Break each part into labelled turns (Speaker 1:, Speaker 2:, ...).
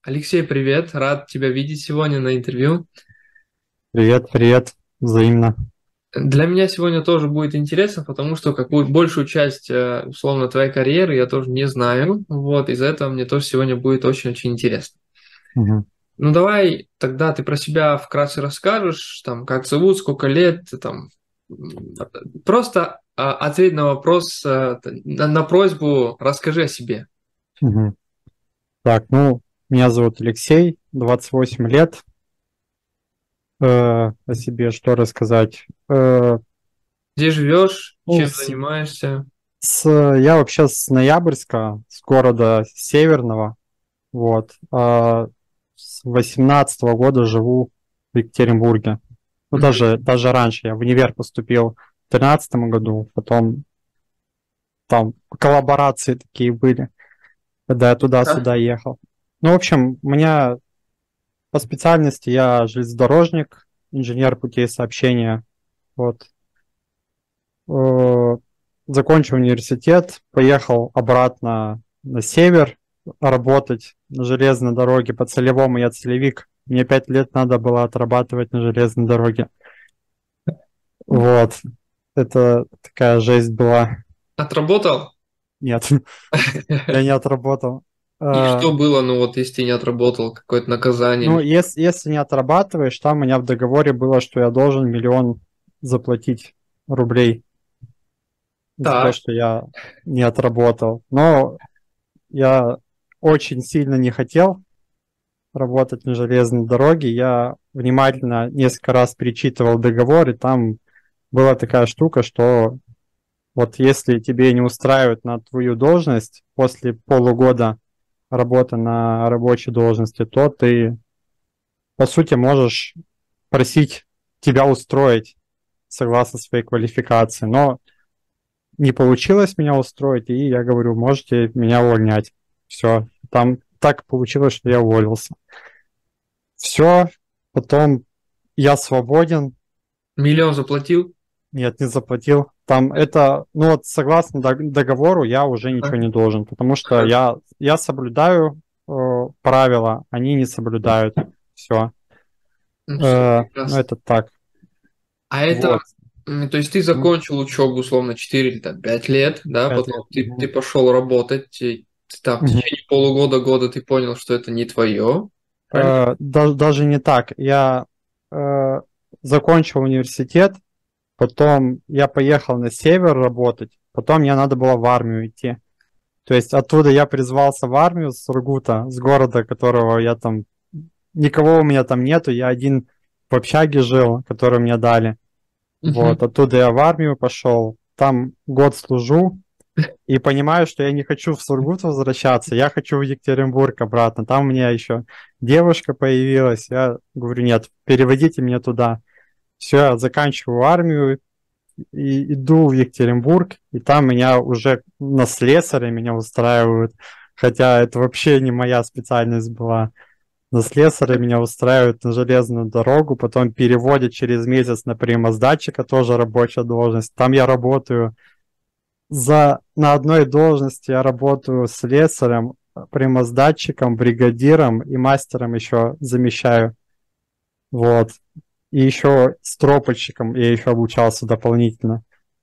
Speaker 1: Алексей, привет! Рад тебя видеть сегодня на интервью.
Speaker 2: Привет, привет, взаимно.
Speaker 1: Для меня сегодня тоже будет интересно, потому что какую большую часть, условно, твоей карьеры я тоже не знаю. Вот, из-за этого мне тоже сегодня будет очень-очень интересно.
Speaker 2: Мгм.
Speaker 1: Ну, давай тогда ты про себя вкратце расскажешь, там, как зовут, сколько лет, там, просто ответь на вопрос, на просьбу, расскажи о себе.
Speaker 2: Мгм. Так, ну, меня зовут Алексей, 28 лет. О себе что рассказать?
Speaker 1: Где живешь,
Speaker 2: Ну,
Speaker 1: чем занимаешься?
Speaker 2: я вообще с Ноябрьска, с города Северного, вот. С 18 года живу в Екатеринбурге. Ну, даже раньше. Я в универ поступил в 13 году, потом там коллаборации такие были, когда я
Speaker 1: Мгм.
Speaker 2: туда-сюда ехал. Ну, в общем, у меня по специальности я железнодорожник, инженер путей сообщения. Вот. Э, Закончил университет, поехал обратно на север работать на железной дороге по целевому. Я целевик. Мне 5 лет надо было отрабатывать на железной дороге. Вот. Это такая жесть была.
Speaker 1: Отработал?
Speaker 2: Нет, я не отработал.
Speaker 1: И
Speaker 2: Э,
Speaker 1: что было, ну вот, если ты не отработал, какое-то наказание или
Speaker 2: Ну,
Speaker 1: что?
Speaker 2: если не отрабатываешь, там у меня в договоре было, что я должен 1 000 000 заплатить рублей за то,
Speaker 1: Так,
Speaker 2: что я не отработал. Но я очень сильно не хотел работать на железной дороге. Я внимательно несколько раз перечитывал договор, и там была такая штука, что вот если тебе не устраивает на твою должность после полугода работы на рабочей должности, то ты, по сути, можешь просить тебя устроить согласно своей квалификации. Но не получилось меня устроить, и я говорю, можете меня увольнять. Все. Там так получилось, что я уволился. Все. Потом я свободен.
Speaker 1: миллион заплатил?
Speaker 2: Нет, не заплатил. Там это, ну вот согласно договору, я уже ничего
Speaker 1: Ага,
Speaker 2: не должен, потому что
Speaker 1: ага.
Speaker 2: я соблюдаю правила, они не соблюдают. Все.
Speaker 1: Ну, все
Speaker 2: Ну
Speaker 1: прекрасно.
Speaker 2: это так.
Speaker 1: А это,
Speaker 2: Вот.
Speaker 1: то есть ты закончил учебу, условно, 4 или там 5 лет, да,
Speaker 2: 5 лет.
Speaker 1: потом ты пошел работать, и там в
Speaker 2: Мгм.
Speaker 1: течение полугода, года ты понял, что это не твое, правильно?
Speaker 2: Даже не так. Я э, закончил университет, потом я поехал на север работать, потом мне надо было в армию идти. То есть оттуда я призвался в армию с Сургута, с города, которого я там... Никого у меня там нету, я один в общаге жил, который мне дали.
Speaker 1: Мгм.
Speaker 2: Вот, оттуда я в армию пошел, там год служу, и понимаю, что я не хочу в Сургут возвращаться, я хочу в Екатеринбург обратно. Там у меня еще девушка появилась. Я говорю, нет, переводите меня туда. Все, я заканчиваю армию и иду в Екатеринбург, и там меня уже на слесаря меня устраивают. Хотя это вообще не моя специальность была. На слесаря меня устраивают на железную дорогу, потом переводят через месяц на примоздатчика, тоже рабочая должность. Там я работаю на одной должности я работаю слесарем, прямоздатчиком, бригадиром и мастером еще замещаю. Вот. И еще стропольщиком я еще обучался дополнительно.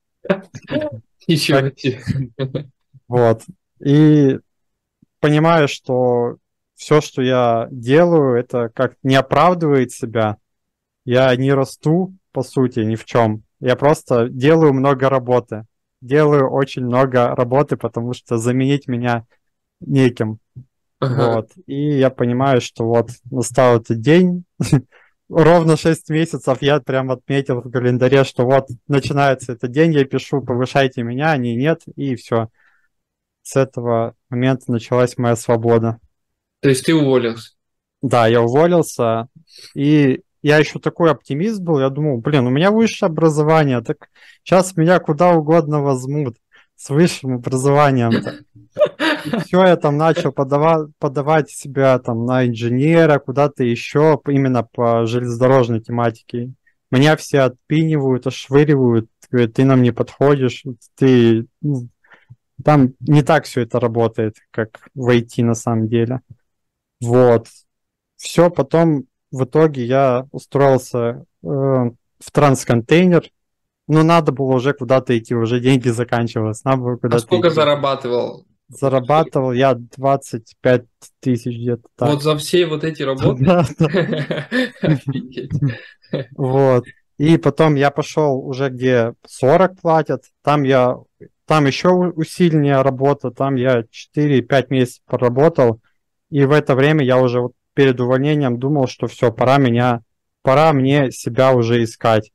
Speaker 2: Так,
Speaker 1: Ничего себе.
Speaker 2: вот. И понимаю, что все, что я делаю, это как не оправдывает себя. Я не расту, по сути, ни в чем. Я просто делаю много работы. Делаю очень много работы, потому что заменить меня неким.
Speaker 1: Ага.
Speaker 2: Вот. И я понимаю, что вот настал этот день. Ровно 6 месяцев я прям отметил в календаре, что вот начинается этот день, я пишу, повышайте меня, они нет, и все. С этого момента началась моя свобода.
Speaker 1: То есть ты уволился?
Speaker 2: Да, я уволился, и я еще такой оптимист был, я думал, блин, у меня высшее образование, так сейчас меня куда угодно возьмут с высшим образованием-то. И все, я там начал подавать себя там на инженера, куда-то еще, именно по железнодорожной тематике. Меня все отпинивают, ошвыривают, говорят, ты нам не подходишь, ты... Там не так все это работает, как в IT на самом деле. Вот. Все, потом в итоге я устроился в трансконтейнер, но надо было уже куда-то идти, уже деньги заканчивались, надо было
Speaker 1: А
Speaker 2: куда-то
Speaker 1: сколько
Speaker 2: идти.
Speaker 1: зарабатывал?
Speaker 2: Зарабатывал я 25 тысяч где-то
Speaker 1: Вот
Speaker 2: так.
Speaker 1: за все вот эти работы?
Speaker 2: Да, да.
Speaker 1: Офигеть.
Speaker 2: Вот. И потом я пошел уже, где 40 платят, там еще усиленнее работа, там я 4-5 месяцев поработал, и в это время я уже вот перед увольнением думал, что все, пора мне себя уже искать.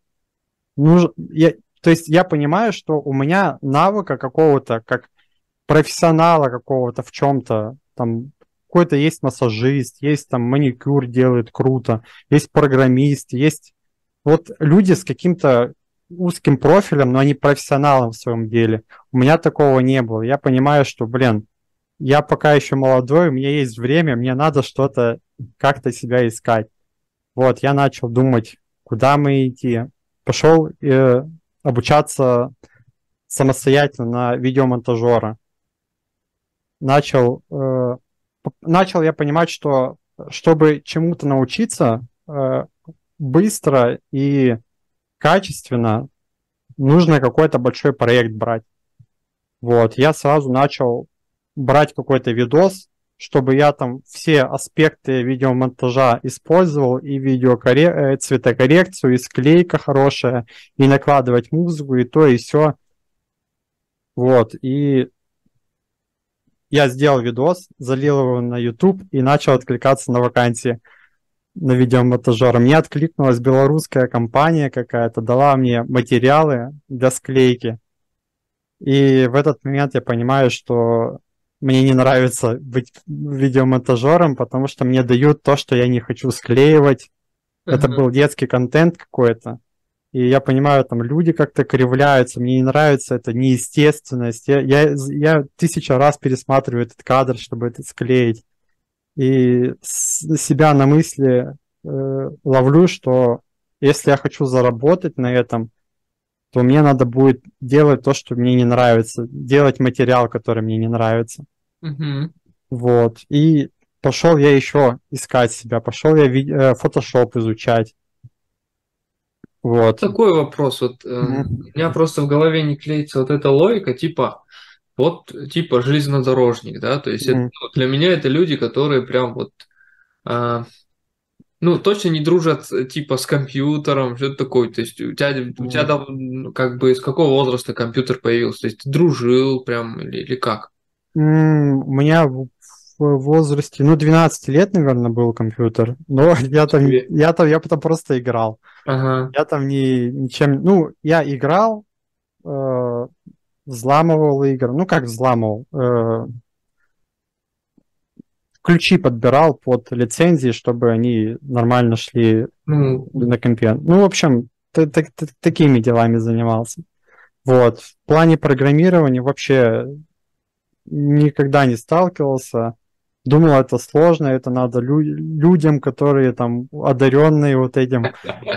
Speaker 2: То есть я понимаю, что у меня навыка какого-то, как профессионала какого-то в чем-то, там какой-то есть массажист, есть там маникюр делает круто, есть программист, есть вот люди с каким-то узким профилем, но они профессионалы в своем деле. У меня такого не было. Я понимаю, что, блин, я пока еще молодой, у меня есть время, мне надо что-то, как-то себя искать. Вот, я начал думать, куда мы идти. Пошел обучаться самостоятельно на видеомонтажера. Начал я понимать, что чтобы чему-то научиться быстро и качественно, нужно какой-то большой проект брать. Вот, я сразу начал брать какой-то видос, чтобы я там все аспекты видеомонтажа использовал, и цветокоррекцию, и склейка хорошая, и накладывать музыку, и то, и все. Вот, и я сделал видос, залил его на YouTube и начал откликаться на вакансии на видеомонтажера. Мне откликнулась белорусская компания какая-то, дала мне материалы для склейки. И в этот момент я понимаю, что мне не нравится быть видеомонтажером, потому что мне дают то, что я не хочу склеивать. Это
Speaker 1: Ага.
Speaker 2: был детский контент какой-то. И я понимаю, там люди как-то кривляются, мне не нравится эта неестественность. Я 1000 раз пересматриваю этот кадр, чтобы это склеить. И себя на мысли ловлю, что если я хочу заработать на этом, то мне надо будет делать то, что мне не нравится, делать материал, который мне не нравится.
Speaker 1: Мгм.
Speaker 2: Вот. И пошел я еще искать себя, пошел я Photoshop изучать. Вот.
Speaker 1: Такой вопрос. Вот
Speaker 2: Мгм.
Speaker 1: у меня просто в голове не клеится вот эта логика, типа, вот, типа, железнодорожник, да, то есть это,
Speaker 2: Мгм.
Speaker 1: ну, для меня это люди, которые прям вот, а, ну, точно не дружат, типа, с компьютером, что-то такое, то есть у тебя
Speaker 2: Мгм.
Speaker 1: там, ну, как бы, с какого возраста компьютер появился, то есть ты дружил прям или как?
Speaker 2: У меня в возрасте, 12 лет, наверное, был компьютер, но
Speaker 1: Тебе.
Speaker 2: я потом просто играл.
Speaker 1: Ага.
Speaker 2: Я там ничем, я играл, взламывал игры, ну как взламывал, ключи подбирал под лицензии, чтобы они нормально шли
Speaker 1: Ну,
Speaker 2: на компе. Ну, в общем, такими делами занимался. Вот. В плане программирования вообще никогда не сталкивался. Думал, это сложно, это надо людям, которые там одаренные вот этим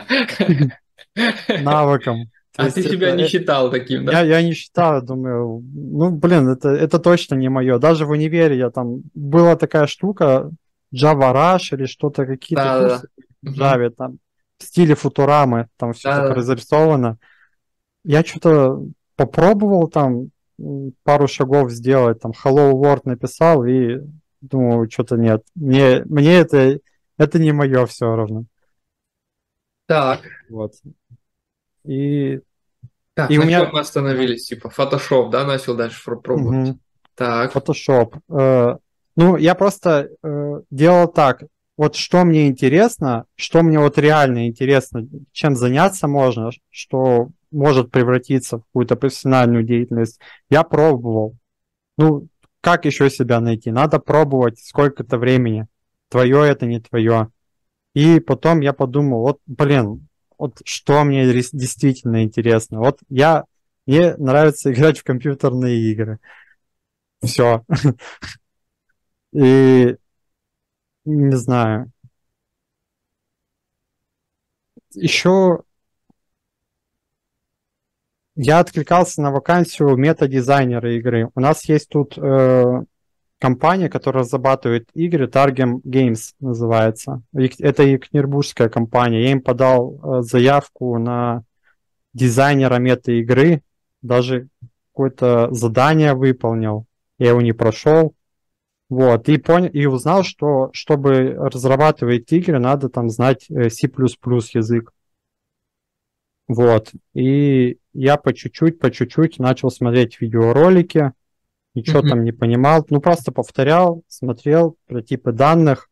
Speaker 2: навыком. То
Speaker 1: а ты
Speaker 2: есть
Speaker 1: себя
Speaker 2: это
Speaker 1: не считал таким, да?
Speaker 2: я не считаю, думаю, блин, это точно не мое. Даже в универе я там была такая штука, Java Rush или что-то, какие-то
Speaker 1: Да, да.
Speaker 2: курсы в
Speaker 1: Мгм.
Speaker 2: Java, там в стиле Футурамы, там все
Speaker 1: Да,
Speaker 2: так
Speaker 1: да.
Speaker 2: разрисовано. Я что-то попробовал там пару шагов сделать, там Hello World написал и думаю, что-то нет. Мне это не мое все равно.
Speaker 1: Так,
Speaker 2: Вот. И,
Speaker 1: так,
Speaker 2: и у
Speaker 1: на чем
Speaker 2: меня
Speaker 1: мы остановились? Типа, Photoshop, да, начал дальше пробовать.
Speaker 2: мгм,
Speaker 1: Так.
Speaker 2: Photoshop. Я просто делал так. Вот что мне интересно, что мне вот реально интересно, чем заняться можно, что может превратиться в какую-то профессиональную деятельность, я пробовал. Ну, как еще себя найти? Надо пробовать сколько-то времени. Твое это, не твое. И потом я подумал, вот, блин, вот что мне действительно интересно. Мне нравится играть в компьютерные игры. Все. И не знаю. Еще я откликался на вакансию мета-дизайнера игры. У нас есть тут компания, которая разрабатывает игры, Targem Games называется. Это екатеринбургская компания. Я им подал заявку на дизайнера мета-игры, даже какое-то задание выполнил, я его не прошел. Вот, и понял, и узнал, что чтобы разрабатывать игры, надо там знать C++ язык. Вот, и я по чуть-чуть начал смотреть видеоролики, ничего там не понимал, ну просто повторял, смотрел про типы данных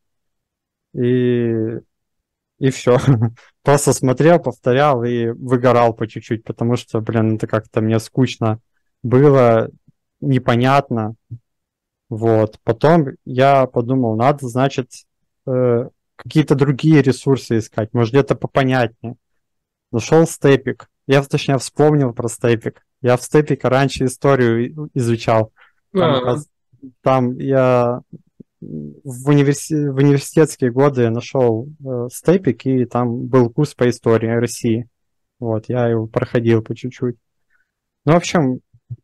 Speaker 2: и все. Просто смотрел, повторял и выгорал по чуть-чуть, потому что, блин, это как-то мне скучно было, непонятно. Вот. Потом я подумал, надо, значит, какие-то другие ресурсы искать, может, где-то попонятнее. Нашел Степик. Я, точнее, вспомнил про Степик. Я в Степике раньше историю изучал. Там я в университетские годы нашел Степик, и там был курс по истории России. Вот, я его проходил по чуть-чуть. Ну, в общем,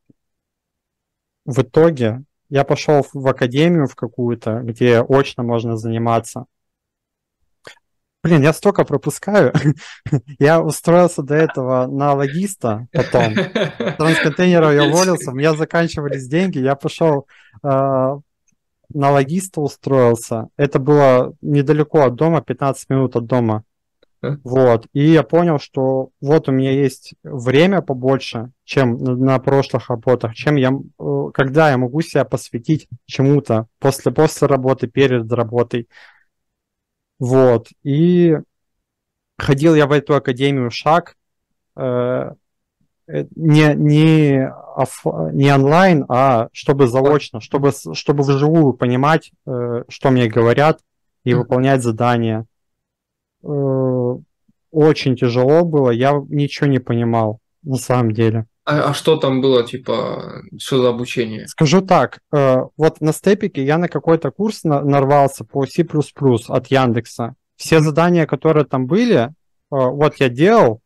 Speaker 2: в итоге я пошел в академию в какую-то, где очно можно заниматься. Блин, я столько пропускаю. Я устроился до этого на логиста потом. Трансконтейнеров я уволился, у меня заканчивались деньги, я пошел на логиста устроился. Это было недалеко от дома, 15 минут от дома. Вот. И я понял, что вот у меня есть время побольше, чем на прошлых работах, когда я могу себя посвятить чему-то после работы, перед работой. Вот. И ходил я в эту академию шаг не онлайн, а чтобы заочно, чтобы вживую понимать, что мне говорят, и выполнять задания. Очень тяжело было, я ничего не понимал, на самом деле.
Speaker 1: А что там было, типа, что за обучение?
Speaker 2: Скажу так, вот на Степике я на какой-то курс нарвался по C++ от Яндекса. Все задания, которые там были, вот я делал,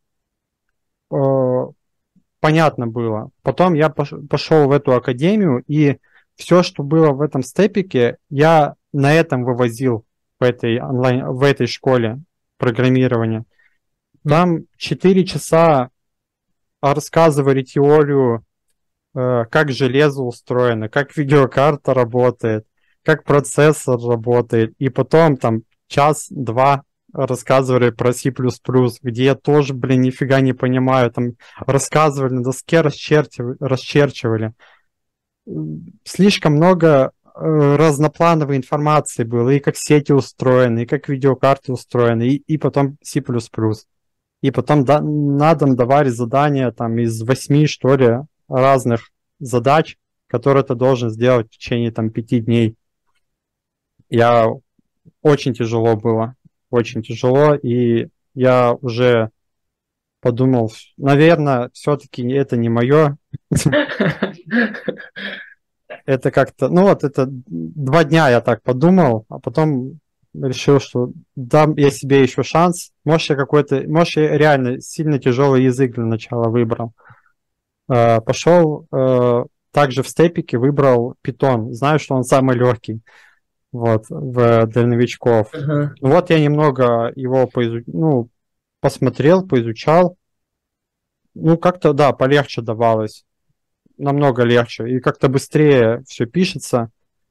Speaker 2: понятно было. Потом я пошел в эту академию, и все, что было в этом Степике, я на этом вывозил в этой школе программирования. Там 4 часа рассказывали теорию, как железо устроено, как видеокарта работает, как процессор работает. И потом там час-два рассказывали про C++, где я тоже, блин, нифига не понимаю. Там рассказывали на доске, расчерчивали. Слишком много разноплановой информации было, и как сети устроены, и как видеокарты устроены, и потом C++. И потом на дом давали задания там из 8, что ли, разных задач, которые ты должен сделать в течение там 5 дней. Очень тяжело было. Очень тяжело, и я уже подумал, наверное, все-таки это не мое. Это как-то, ну вот это 2 дня я так подумал, а потом решил, что дам я себе еще шанс. Может, я реально сильно тяжелый язык для начала выбрал. Пошел также в Степике, выбрал Python. Знаю, что он самый легкий. Вот, для новичков. Вот я немного его посмотрел, поизучал. Ну, как-то, да, полегче давалось. Намного легче. И как-то быстрее все пишется.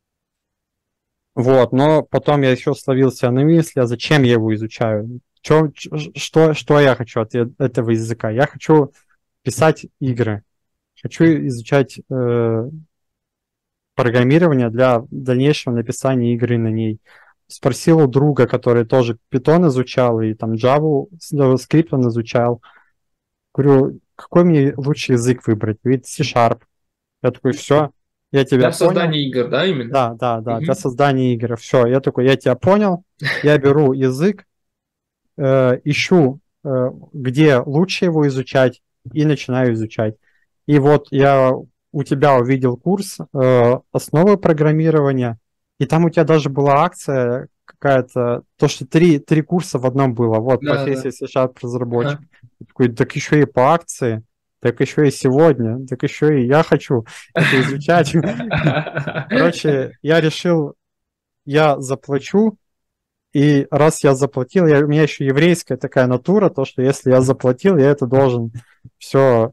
Speaker 2: Вот, но потом я еще словил себя на мысли, а зачем я его изучаю? Что я хочу от этого языка? Я хочу писать игры. Хочу изучать программирование для дальнейшего написания игры на ней. Спросил у друга, который тоже Python изучал, и там Java, JavaScript он изучал. Говорю, какой мне лучший язык выбрать? Говорит, C-Sharp. Я такой, все, я тебя
Speaker 1: для создания игр, да, именно?
Speaker 2: Да, для создания игр. Все, я такой, я тебя понял. Я беру язык, ищу, где лучше его изучать, и начинаю изучать. И вот я у тебя увидел курс основы программирования, и там у тебя даже была акция какая-то, то, что три курса в одном было. Вот, профессия C-Sharp разработчик. Такой, так еще и по акции. так еще и сегодня, так еще и я хочу это изучать. Короче, я решил, я заплачу, и раз я заплатил, у меня еще еврейская такая натура, то, что если я заплатил, я это должен все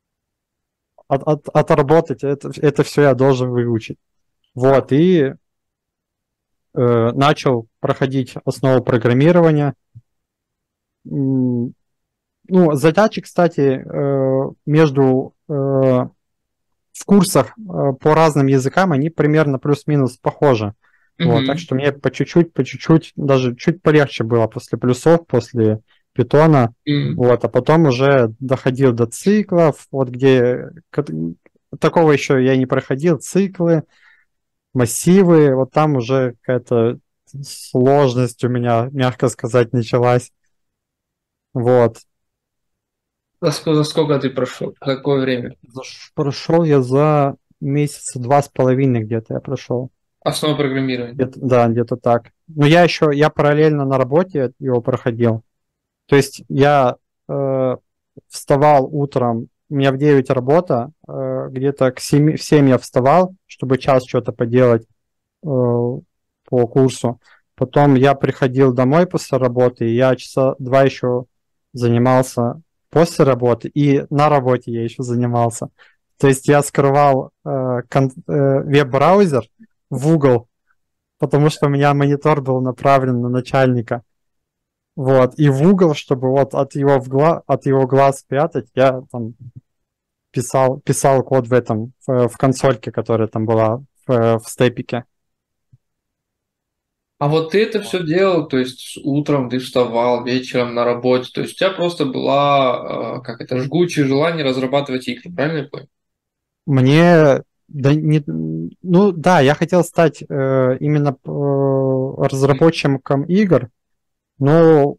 Speaker 2: отработать, это все я должен выучить. Вот, и начал проходить основу программирования. Ну, задачи, кстати, между в курсах по разным языкам, они примерно плюс-минус похожи. Вот, так что мне по чуть-чуть, даже чуть полегче было после плюсов, после питона. Вот, а потом уже доходил до циклов, вот где такого еще я не проходил, циклы, массивы, вот там уже какая-то сложность у меня, мягко сказать, началась. Вот.
Speaker 1: За сколько ты прошел? Какое время?
Speaker 2: Прошел я за месяца 2,5 где-то я прошел.
Speaker 1: Основа программирования.
Speaker 2: Да, где-то так. Но я параллельно на работе его проходил. То есть я вставал утром, у меня в 9 работа, где-то в 7 я вставал, чтобы час что-то поделать по курсу. Потом я приходил домой после работы, и я часа 2 еще занимался после работы, и на работе я еще занимался. То есть я скрывал веб-браузер в угол, потому что у меня монитор был направлен на начальника. Вот, и в угол, чтобы вот от его глаз спрятать, я там писал код в консольке, которая там была в степике.
Speaker 1: А вот ты это все делал, то есть утром ты вставал, вечером на работе, то есть у тебя просто была, жгучее желание разрабатывать игры, правильно я понял?
Speaker 2: Мне, ну да, я хотел стать именно разработчиком игр, но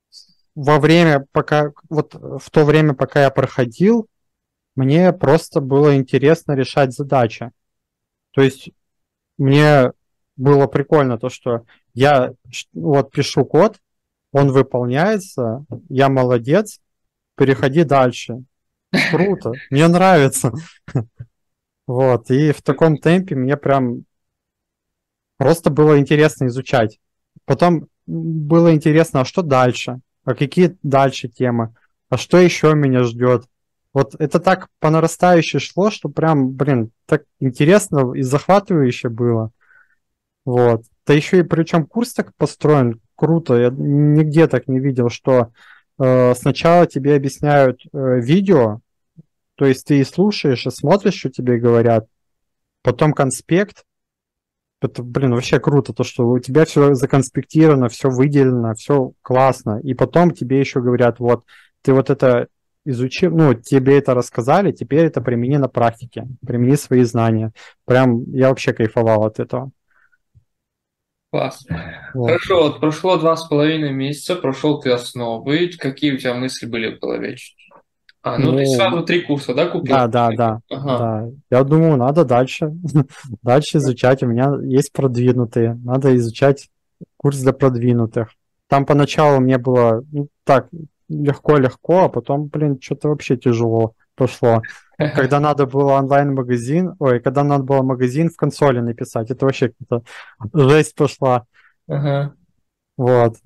Speaker 2: в то время, пока я проходил, мне просто было интересно решать задачи. То есть мне было прикольно то, что я вот пишу код, он выполняется, я молодец, переходи дальше. Круто, мне нравится. Вот, и в таком темпе мне прям просто было интересно изучать. Потом было интересно, а что дальше? А какие дальше темы? А что еще меня ждет? Вот это так по нарастающей шло, что прям, блин, так интересно и захватывающе было. Вот. Да еще и причем курс так построен круто. Я нигде так не видел, что сначала тебе объясняют видео, то есть ты и слушаешь, и смотришь, что тебе говорят. Потом конспект. Это, блин, вообще круто, то, что у тебя все законспектировано, все выделено, все классно. И потом тебе еще говорят, вот, ты вот это изучил, ну, тебе это рассказали, теперь это примени на практике, примени свои знания. Прям я вообще кайфовал от этого.
Speaker 1: Класс.
Speaker 2: Вот.
Speaker 1: Хорошо, вот прошло 2,5 месяца, прошел ты основы. Какие у тебя мысли были в голове? Ну ты сразу 3 курса, да, купил?
Speaker 2: Да.
Speaker 1: Ага.
Speaker 2: Я думаю, надо дальше изучать. У меня есть продвинутые. Надо изучать курс для продвинутых. Там поначалу мне было так легко-легко, а потом, блин, что-то вообще тяжело пошло. Когда надо было онлайн-магазин, когда надо было магазин в консоли написать, это вообще какая-то жесть пошла.
Speaker 1: Ага.
Speaker 2: Вот.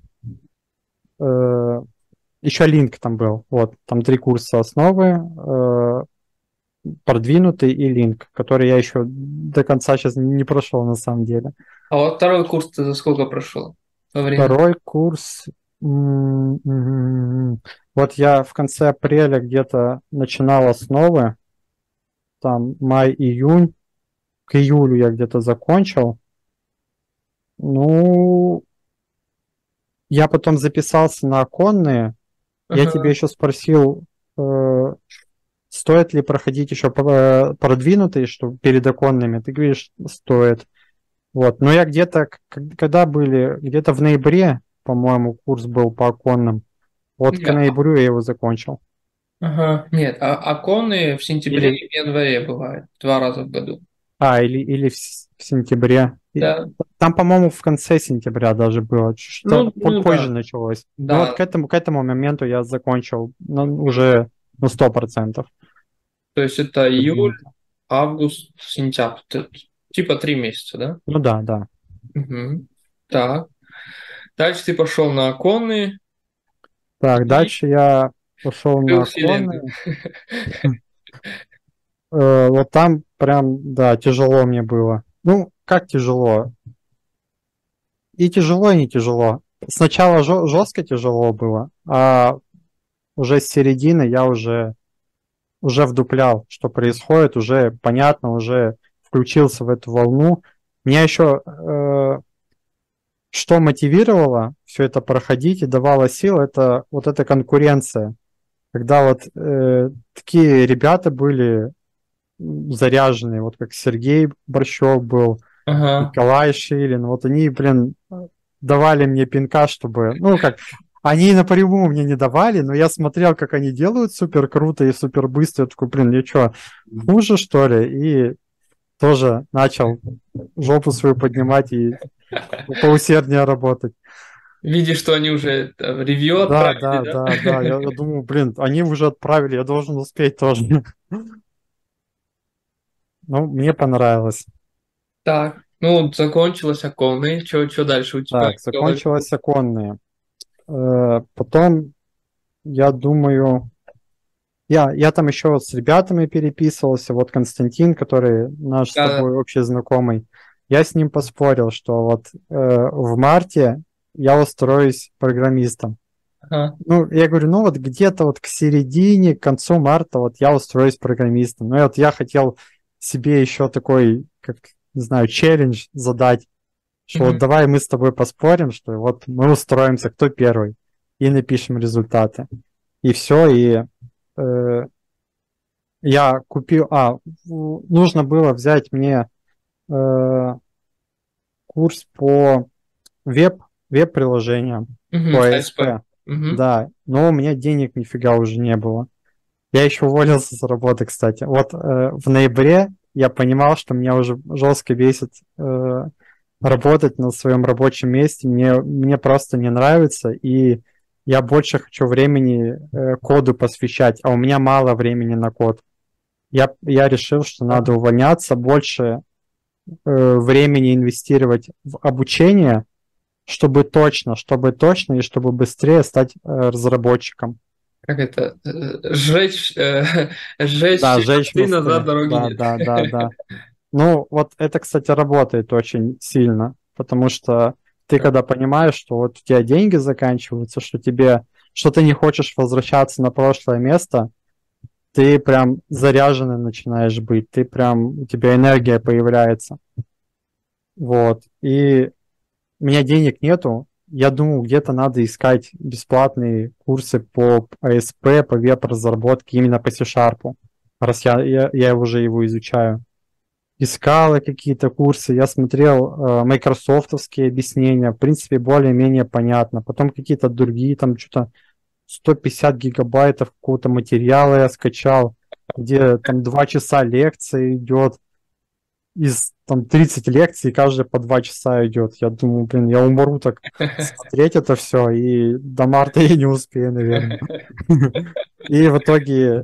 Speaker 2: Еще линк там был. Вот, там 3 курса основы, продвинутый и линк, который я еще до конца сейчас не прошел на самом деле.
Speaker 1: А вот второй курс ты за сколько прошел? Во время?
Speaker 2: Второй курс. Вот я в конце апреля где-то начинал основы. Там май-июнь. К июлю я где-то закончил. Ну, я потом записался на оконные. Я тебе еще спросил, стоит ли проходить еще продвинутые, что перед оконными. Ты говоришь, стоит. Вот. Но я где-то, когда были, где-то в ноябре, по-моему, курс был по оконным. Вот к ноябрю я его закончил.
Speaker 1: Ага. Нет, а оконные в сентябре и в январе бывают. 2 раза в году.
Speaker 2: Или в сентябре.
Speaker 1: Да.
Speaker 2: Там, по-моему, в конце сентября даже было. Что позже
Speaker 1: да.
Speaker 2: началось.
Speaker 1: Да.
Speaker 2: Ну вот к этому моменту я закончил уже на 100%.
Speaker 1: То есть это июль,
Speaker 2: Примерно.
Speaker 1: август, сентябрь. Типа 3 месяца, да?
Speaker 2: Ну да, да.
Speaker 1: Мгм. Так. Дальше ты пошел на оконные
Speaker 2: Так,
Speaker 1: и
Speaker 2: дальше я пошел
Speaker 1: открыл
Speaker 2: на
Speaker 1: вселенную.
Speaker 2: конные. Вот там прям, да, тяжело мне было. Ну, как тяжело? И тяжело, и не тяжело. Сначала жестко тяжело было, а уже с середины я уже вдуплял, что происходит, уже понятно, уже включился в эту волну. Меня еще что мотивировало все это проходить и давало сил, это вот эта конкуренция. Когда вот такие ребята были заряженные, вот как Сергей Борщев был,
Speaker 1: Ага.
Speaker 2: Николай Шилин, вот они, блин, давали мне пинка, чтобы, ну как, они напрямую мне не давали, но я смотрел, как они делают супер круто и супер быстро, я такой, блин, я что, хуже что ли? И тоже начал жопу свою поднимать и поусерднее работать.
Speaker 1: Видишь, что они уже ревью
Speaker 2: Да,
Speaker 1: отправили,
Speaker 2: да,
Speaker 1: да?
Speaker 2: да, да, я думаю, блин, они уже отправили, я должен успеть тоже. Ну, мне понравилось.
Speaker 1: Так. Ну, закончилось оконные. Что дальше у тебя
Speaker 2: Так,
Speaker 1: в голове?
Speaker 2: закончилось оконные. Потом, я думаю, я там еще вот с ребятами переписывался, вот Константин, который наш с
Speaker 1: Да.
Speaker 2: тобой общий знакомый, я с ним поспорил, что вот в марте я устроюсь программистом.
Speaker 1: Ага.
Speaker 2: Ну, я говорю, ну вот где-то вот к середине, к концу марта вот я устроюсь программистом. Ну, и вот я хотел себе еще такой, как, не знаю, челлендж задать, что вот
Speaker 1: Мгм.
Speaker 2: давай мы с тобой поспорим, что вот мы устроимся, кто первый, и напишем результаты. И все, и э, я купил, нужно было взять мне э, курс по веб, веб-приложениям,
Speaker 1: Мгм.
Speaker 2: по
Speaker 1: АСП.
Speaker 2: ASP,
Speaker 1: Мгм.
Speaker 2: да, но у меня денег нифига уже не было. Я еще уволился с работы, кстати. Вот в ноябре я понимал, что меня уже жестко бесит работать на своем рабочем месте. Мне просто не нравится, и я больше хочу времени коду посвящать, а у меня мало времени на код. Я решил, что надо увольняться, больше времени инвестировать в обучение, чтобы точно и чтобы быстрее стать разработчиком.
Speaker 1: Как это? Сжечь, сжечь
Speaker 2: Да,
Speaker 1: все
Speaker 2: сжечь
Speaker 1: мосты, назад
Speaker 2: мосты.
Speaker 1: дороги
Speaker 2: Да,
Speaker 1: нет.
Speaker 2: да, да, да. Ну, вот это, кстати, работает очень сильно, потому что ты когда понимаешь, что вот у тебя деньги заканчиваются, что ты не хочешь возвращаться на прошлое место, ты прям заряженный начинаешь быть, у тебя энергия появляется. Вот. И у меня денег нету, я думаю, где-то надо искать бесплатные курсы по ASP, по веб-разработке, именно по C-Sharp, раз я уже его изучаю. Искала какие-то курсы, я смотрел майкрософтовские объяснения, в принципе, более-менее понятно. Потом какие-то другие, там что-то 150 гигабайтов какого-то материала я скачал, где там 2 часа лекции идет, из там 30 лекций, каждая по 2 часа идет. Я думаю, блин, я умру так смотреть это все, и до марта я не успею, наверное. И в итоге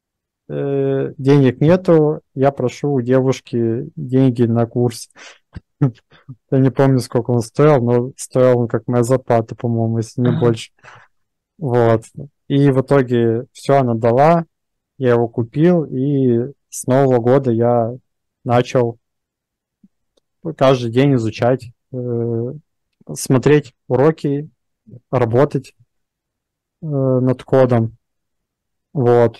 Speaker 2: денег нету, я прошу у девушки деньги на курс. Я не помню, сколько он стоил, но стоил он как моя зарплата, по-моему, если не
Speaker 1: Ага.
Speaker 2: больше. Вот. И в итоге все она дала, я его купил, и с Нового года я начал каждый день изучать, смотреть уроки, работать над кодом. Вот.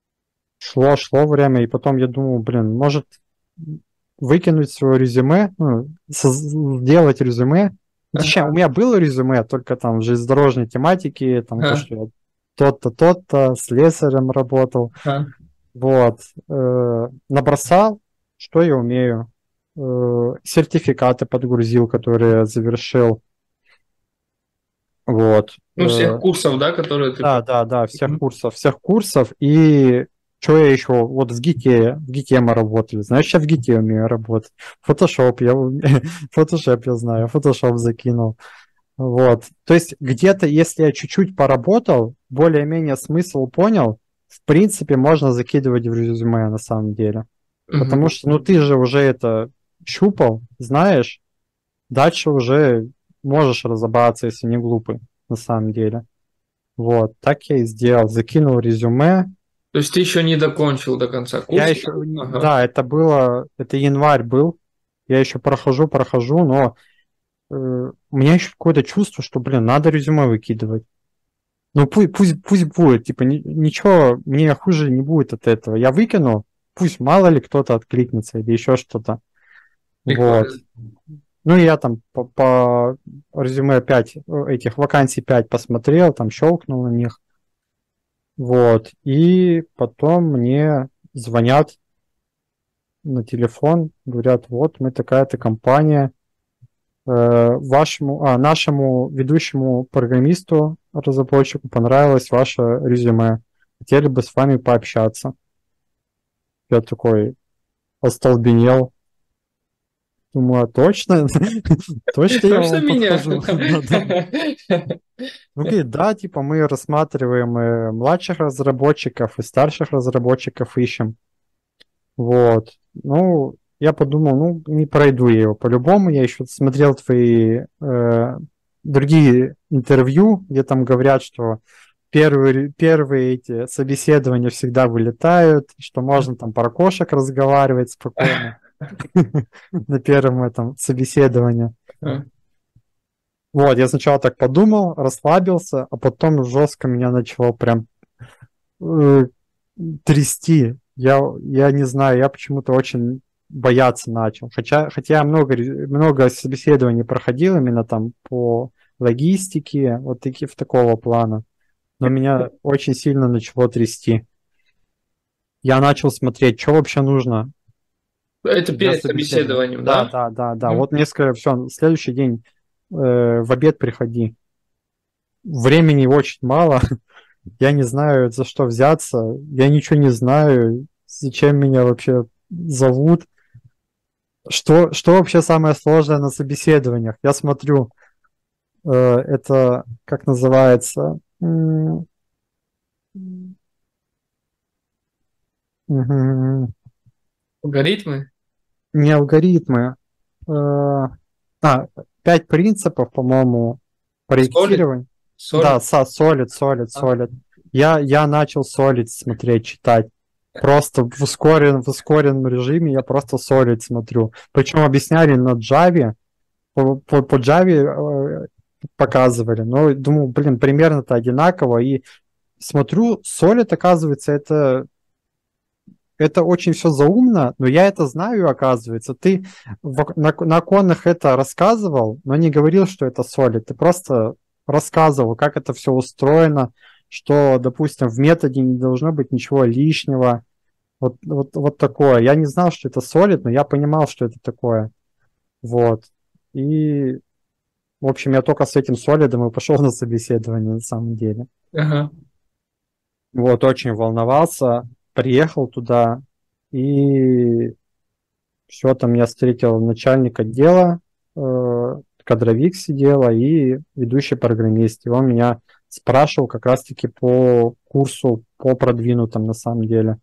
Speaker 2: Шло время, и потом я думал, блин, может выкинуть свое резюме, ну, сделать резюме. Точнее, у
Speaker 1: Ага.
Speaker 2: меня было резюме, только там в железнодорожной тематике, там то,
Speaker 1: Ага.
Speaker 2: что я тот-то, тот-то, слесарем работал.
Speaker 1: Ага.
Speaker 2: Вот. Набросал, что я умею. Сертификаты подгрузил, которые я завершил. Вот.
Speaker 1: Ну, всех курсов, да, которые ты
Speaker 2: Да,
Speaker 1: про...
Speaker 2: да, да,
Speaker 1: Мгм.
Speaker 2: всех курсов. И что я еще? Вот в Гите мы работали. Знаешь, я в Гите умею работать. Фотошоп я умею, Фотошоп я знаю, Фотошоп закинул. Вот. То есть где-то, если я чуть-чуть поработал, более-менее смысл понял, в принципе, можно закидывать в резюме на самом деле. Потому
Speaker 1: Мгм.
Speaker 2: что, ну, ты же уже это щупал, знаешь, дальше уже можешь разобраться, если не глупый, на самом деле. Вот, так я и сделал. Закинул резюме.
Speaker 1: То есть ты еще не докончил до конца
Speaker 2: Я
Speaker 1: курс?
Speaker 2: еще,
Speaker 1: Ага.
Speaker 2: да, это январь был. Я еще прохожу, но у меня еще какое-то чувство, что, блин, надо резюме выкидывать. Ну, пусть будет, типа, ничего, мне хуже не будет от этого. Я выкину, пусть мало ли кто-то откликнется или еще что-то. Вот.
Speaker 1: Прикольно.
Speaker 2: Ну, я там по резюме 5 этих вакансий 5 посмотрел, там щелкнул на них. Вот. И потом мне звонят на телефон, говорят, вот мы такая-то компания, нашему ведущему программисту, разработчику понравилось ваше резюме. Хотели бы с вами пообщаться. Я такой остолбенел. Думаю, а точно? Точно я
Speaker 1: Точно
Speaker 2: вам
Speaker 1: меня?
Speaker 2: подхожу? Да. Ну, говорит, да, типа мы рассматриваем младших разработчиков и старших разработчиков ищем. Вот. Ну, я подумал, ну, не пройду я его по-любому. Я еще смотрел твои другие интервью, где там говорят, что первые эти собеседования всегда вылетают, что можно там про кошек разговаривать спокойно на первом этом собеседовании. Вот, я сначала так подумал, расслабился, а потом жестко меня начало прям э, трясти. Я не знаю, я почему-то очень бояться начал. Хотя я много собеседований проходил именно там по логистике, вот такие в такого плана. Но меня очень сильно начало трясти. Я начал смотреть, что вообще нужно
Speaker 1: Это
Speaker 2: для
Speaker 1: перед
Speaker 2: собеседования.
Speaker 1: собеседованием,
Speaker 2: Да,
Speaker 1: да?
Speaker 2: да, да, да.
Speaker 1: Мгм.
Speaker 2: Вот мне сказали, все, следующий день в обед приходи. Времени очень мало. Я не знаю, за что взяться. Я ничего не знаю, зачем меня вообще зовут. Что вообще самое сложное на собеседованиях? Я смотрю, это, как называется, мгм,
Speaker 1: Алгоритмы?
Speaker 2: не алгоритмы, э, а, 5 принципов, по-моему,
Speaker 1: Солид?
Speaker 2: проектирования. Да,
Speaker 1: Солид? А,
Speaker 2: Solid. Я начал Solid смотреть, читать. Просто в ускоренном режиме я просто Solid смотрю. Причем объясняли на Java, по Java показывали. Но думаю, блин, примерно-то одинаково. И смотрю, Solid, оказывается, это очень все заумно, но я это знаю, оказывается. Ты на конах это рассказывал, но не говорил, что это Solid. Ты просто рассказывал, как это все устроено, что, допустим, в методе не должно быть ничего лишнего. Вот такое. Я не знал, что это Solid, но я понимал, что это такое. Вот. И, в общем, я только с этим Solid и пошел на собеседование на самом деле.
Speaker 1: ага.
Speaker 2: Вот, очень волновался. Приехал туда, и все, там я встретил начальник отдела, кадровик сидела и ведущий программист. И он меня спрашивал как раз-таки по курсу, по продвинутым на самом деле.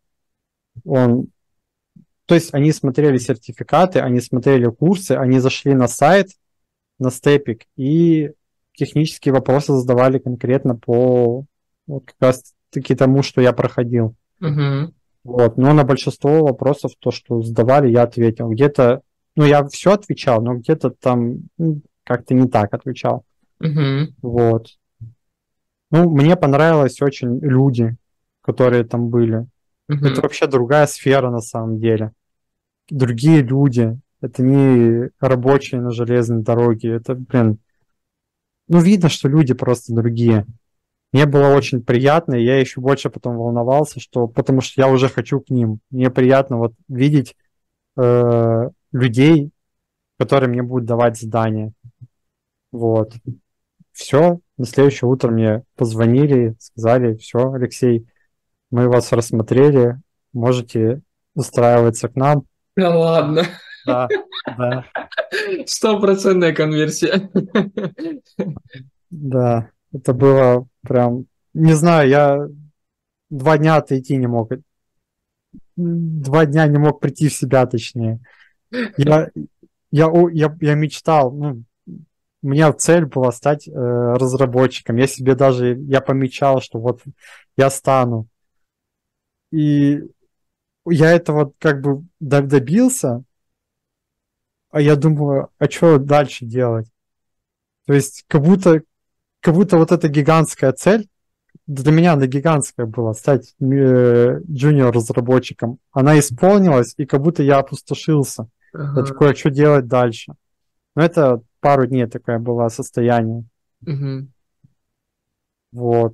Speaker 2: То есть они смотрели сертификаты, они смотрели курсы, они зашли на сайт, на степик, и технические вопросы задавали конкретно по вот как раз-таки тому, что я проходил.
Speaker 1: Мгм.
Speaker 2: Вот. Но на большинство вопросов, то, что задавали, я ответил. Где-то, ну, я все отвечал, но где-то там как-то не так отвечал.
Speaker 1: Мгм.
Speaker 2: Вот. Ну, мне понравилось очень люди, которые там были. Это
Speaker 1: Мгм.
Speaker 2: вообще другая сфера на самом деле. Другие люди. Это не рабочие на железной дороге. Это, блин, ну, видно, что люди просто другие. Мне было очень приятно, и я еще больше потом волновался, потому что я уже хочу к ним. Мне приятно вот видеть людей, которые мне будут давать задания. Вот. Все. На следующее утро мне позвонили, сказали, все, Алексей, мы вас рассмотрели, можете устраиваться к нам.
Speaker 1: Да ладно.
Speaker 2: Да, да,
Speaker 1: Стопроцентная конверсия.
Speaker 2: да. Это было прям, не знаю, я 2 дня отойти не мог. 2 дня не мог прийти в себя, точнее. Я, я мечтал, ну, у меня цель была стать разработчиком. Я помечал, что вот я стану. И я этого как бы добился, а я думаю, а что дальше делать? То есть как будто вот эта гигантская цель, для меня она гигантская была, стать джуниор-разработчиком, она исполнилась, и как будто я опустошился. Я
Speaker 1: Ага.
Speaker 2: такой, а что делать дальше? Ну, это пару дней такое было состояние.
Speaker 1: Мгм.
Speaker 2: Вот.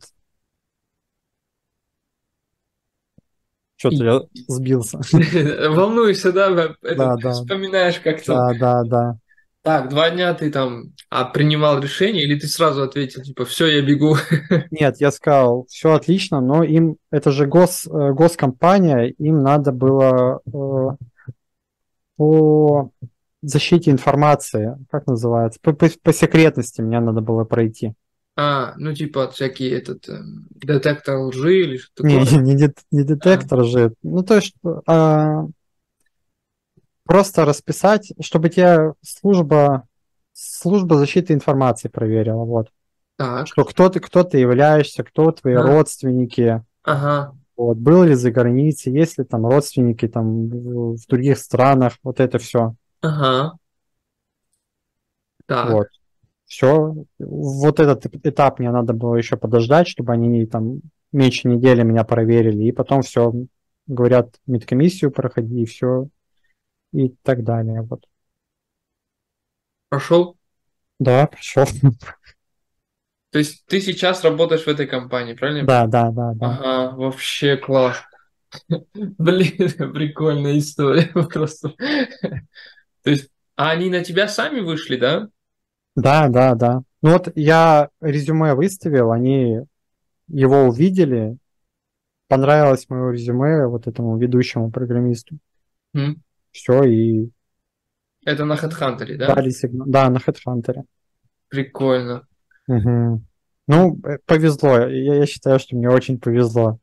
Speaker 2: Что-то я
Speaker 1: И
Speaker 2: сбился.
Speaker 1: волнуешься, да,
Speaker 2: Да,
Speaker 1: этот,
Speaker 2: да,
Speaker 1: вспоминаешь, как там.
Speaker 2: да, да, да.
Speaker 1: Так, 2 дня ты там принимал решение, или ты сразу ответил, типа, все, я бегу?
Speaker 2: Нет, я сказал, все отлично, но им, это же госкомпания, им надо было по защите информации, как называется, по секретности мне надо было пройти.
Speaker 1: Ну, типа, всякие детектор лжи или что
Speaker 2: Не,
Speaker 1: такое?
Speaker 2: не
Speaker 1: А,
Speaker 2: детектор же, ну то есть просто расписать, чтобы тебе служба защиты информации проверила, вот.
Speaker 1: так,
Speaker 2: Что кто ты являешься, кто твои
Speaker 1: а,
Speaker 2: родственники,
Speaker 1: ага,
Speaker 2: вот, был ли за границей, есть ли там родственники там в других странах, вот это все.
Speaker 1: ага, так,
Speaker 2: Вот. Все. Вот этот этап мне надо было еще подождать, чтобы они там меньше недели меня проверили, и потом все, говорят, медкомиссию проходи, и все, и так далее. Вот.
Speaker 1: прошел.
Speaker 2: Да, прошел.
Speaker 1: То есть ты сейчас работаешь в этой компании, правильно я
Speaker 2: Да,
Speaker 1: понимаю?
Speaker 2: да, да, да.
Speaker 1: Ага, вообще класс. Блин, прикольная история просто. То есть, они на тебя сами вышли, да?
Speaker 2: Да, да, да. Ну вот я резюме выставил, они его увидели, понравилось мое резюме вот этому ведущему программисту.
Speaker 1: М.
Speaker 2: Все, и
Speaker 1: Это на HeadHunter, да?
Speaker 2: дали сигнал. Да, на HeadHunter.
Speaker 1: Прикольно.
Speaker 2: Мгм. Ну, повезло. Я считаю, что мне очень повезло.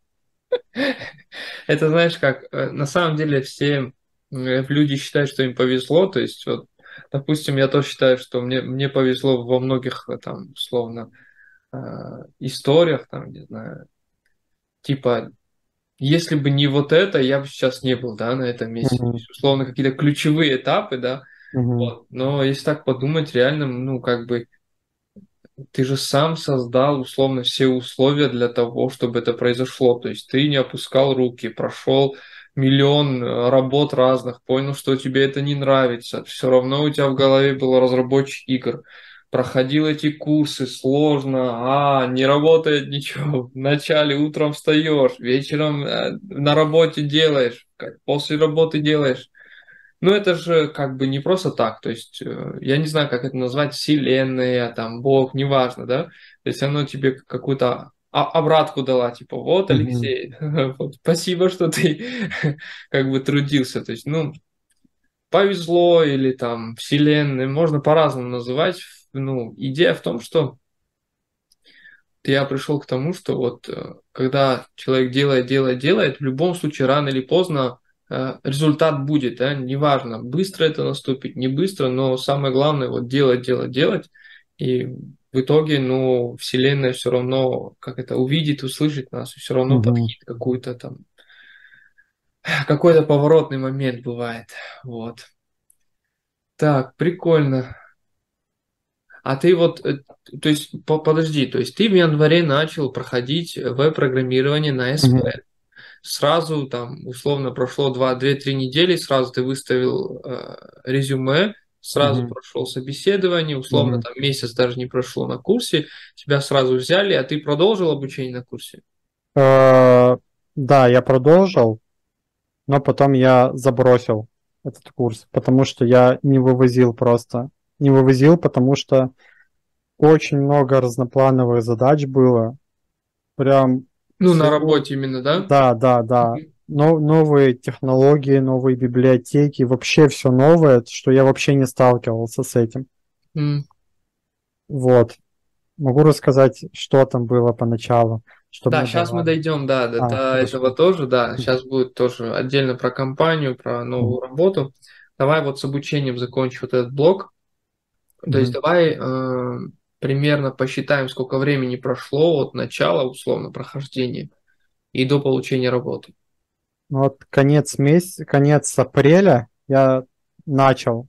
Speaker 1: Это знаешь как, на самом деле все люди считают, что им повезло, то есть вот, допустим, я тоже считаю, что мне повезло во многих там, условно, историях, там, не знаю, типа, если бы не вот это, я бы сейчас не был, да, на этом месте. То
Speaker 2: Мгм.
Speaker 1: есть, условно, какие-то ключевые этапы, да,
Speaker 2: Мгм.
Speaker 1: вот. Но если так подумать, реально, ну, как бы, ты же сам создал условно все условия для того, чтобы это произошло. То есть ты не опускал руки, прошел миллион работ разных, понял, что тебе это не нравится. Все равно у тебя в голове был разработчик игр. Проходил эти курсы, сложно, не работает ничего. Вначале утром встаешь, вечером на работе делаешь, после работы делаешь. Ну, это же как бы не просто так, то есть я не знаю, как это назвать, вселенная, там, Бог, неважно, да, то есть оно тебе какую-то обратку дала, типа, вот,
Speaker 2: Мгм.
Speaker 1: Алексей, вот, спасибо, что ты как бы трудился, то есть, ну, повезло или там вселенная, можно по-разному называть, ну, идея в том, что я пришел к тому, что вот когда человек делает, в любом случае рано или поздно результат будет, да, неважно, быстро это наступит, не быстро, но самое главное вот делать, и в итоге, ну, Вселенная все равно, как это, увидит, услышит нас, и все равно
Speaker 2: Мгм.
Speaker 1: подкинет какую-то там, какой-то поворотный момент бывает, вот. Так, прикольно. А ты вот, то есть, подожди, то есть ты в январе начал проходить веб-программирование на СП.
Speaker 2: Мгм.
Speaker 1: Сразу там, условно, прошло 2-3 недели, сразу ты выставил резюме, сразу
Speaker 2: Мгм.
Speaker 1: прошел собеседование, условно,
Speaker 2: Мгм.
Speaker 1: там месяц даже не прошло на курсе, тебя сразу взяли, а ты продолжил обучение на курсе?
Speaker 2: Э, Да, я продолжил, но потом я забросил этот курс, потому что я не вывозил просто. Не вывозил, потому что очень много разноплановых задач было. Прям
Speaker 1: Ну, на
Speaker 2: всего.
Speaker 1: работе именно, да?
Speaker 2: Да, да, да. Но новые технологии, новые библиотеки, вообще все новое, что я вообще не сталкивался с этим.
Speaker 1: М.
Speaker 2: Вот. Могу рассказать, что там было поначалу. чтобы
Speaker 1: Да,
Speaker 2: не
Speaker 1: сейчас мы
Speaker 2: давали.
Speaker 1: дойдем, да, до этого
Speaker 2: Хорошо.
Speaker 1: тоже, да.
Speaker 2: Мгм.
Speaker 1: Сейчас будет тоже отдельно про компанию, про
Speaker 2: Мгм.
Speaker 1: новую работу. Давай вот с обучением закончим вот этот блок. То есть
Speaker 2: Мгм.
Speaker 1: давай примерно посчитаем, сколько времени прошло от начала, условно, прохождения и до получения работы.
Speaker 2: Ну вот конец апреля я начал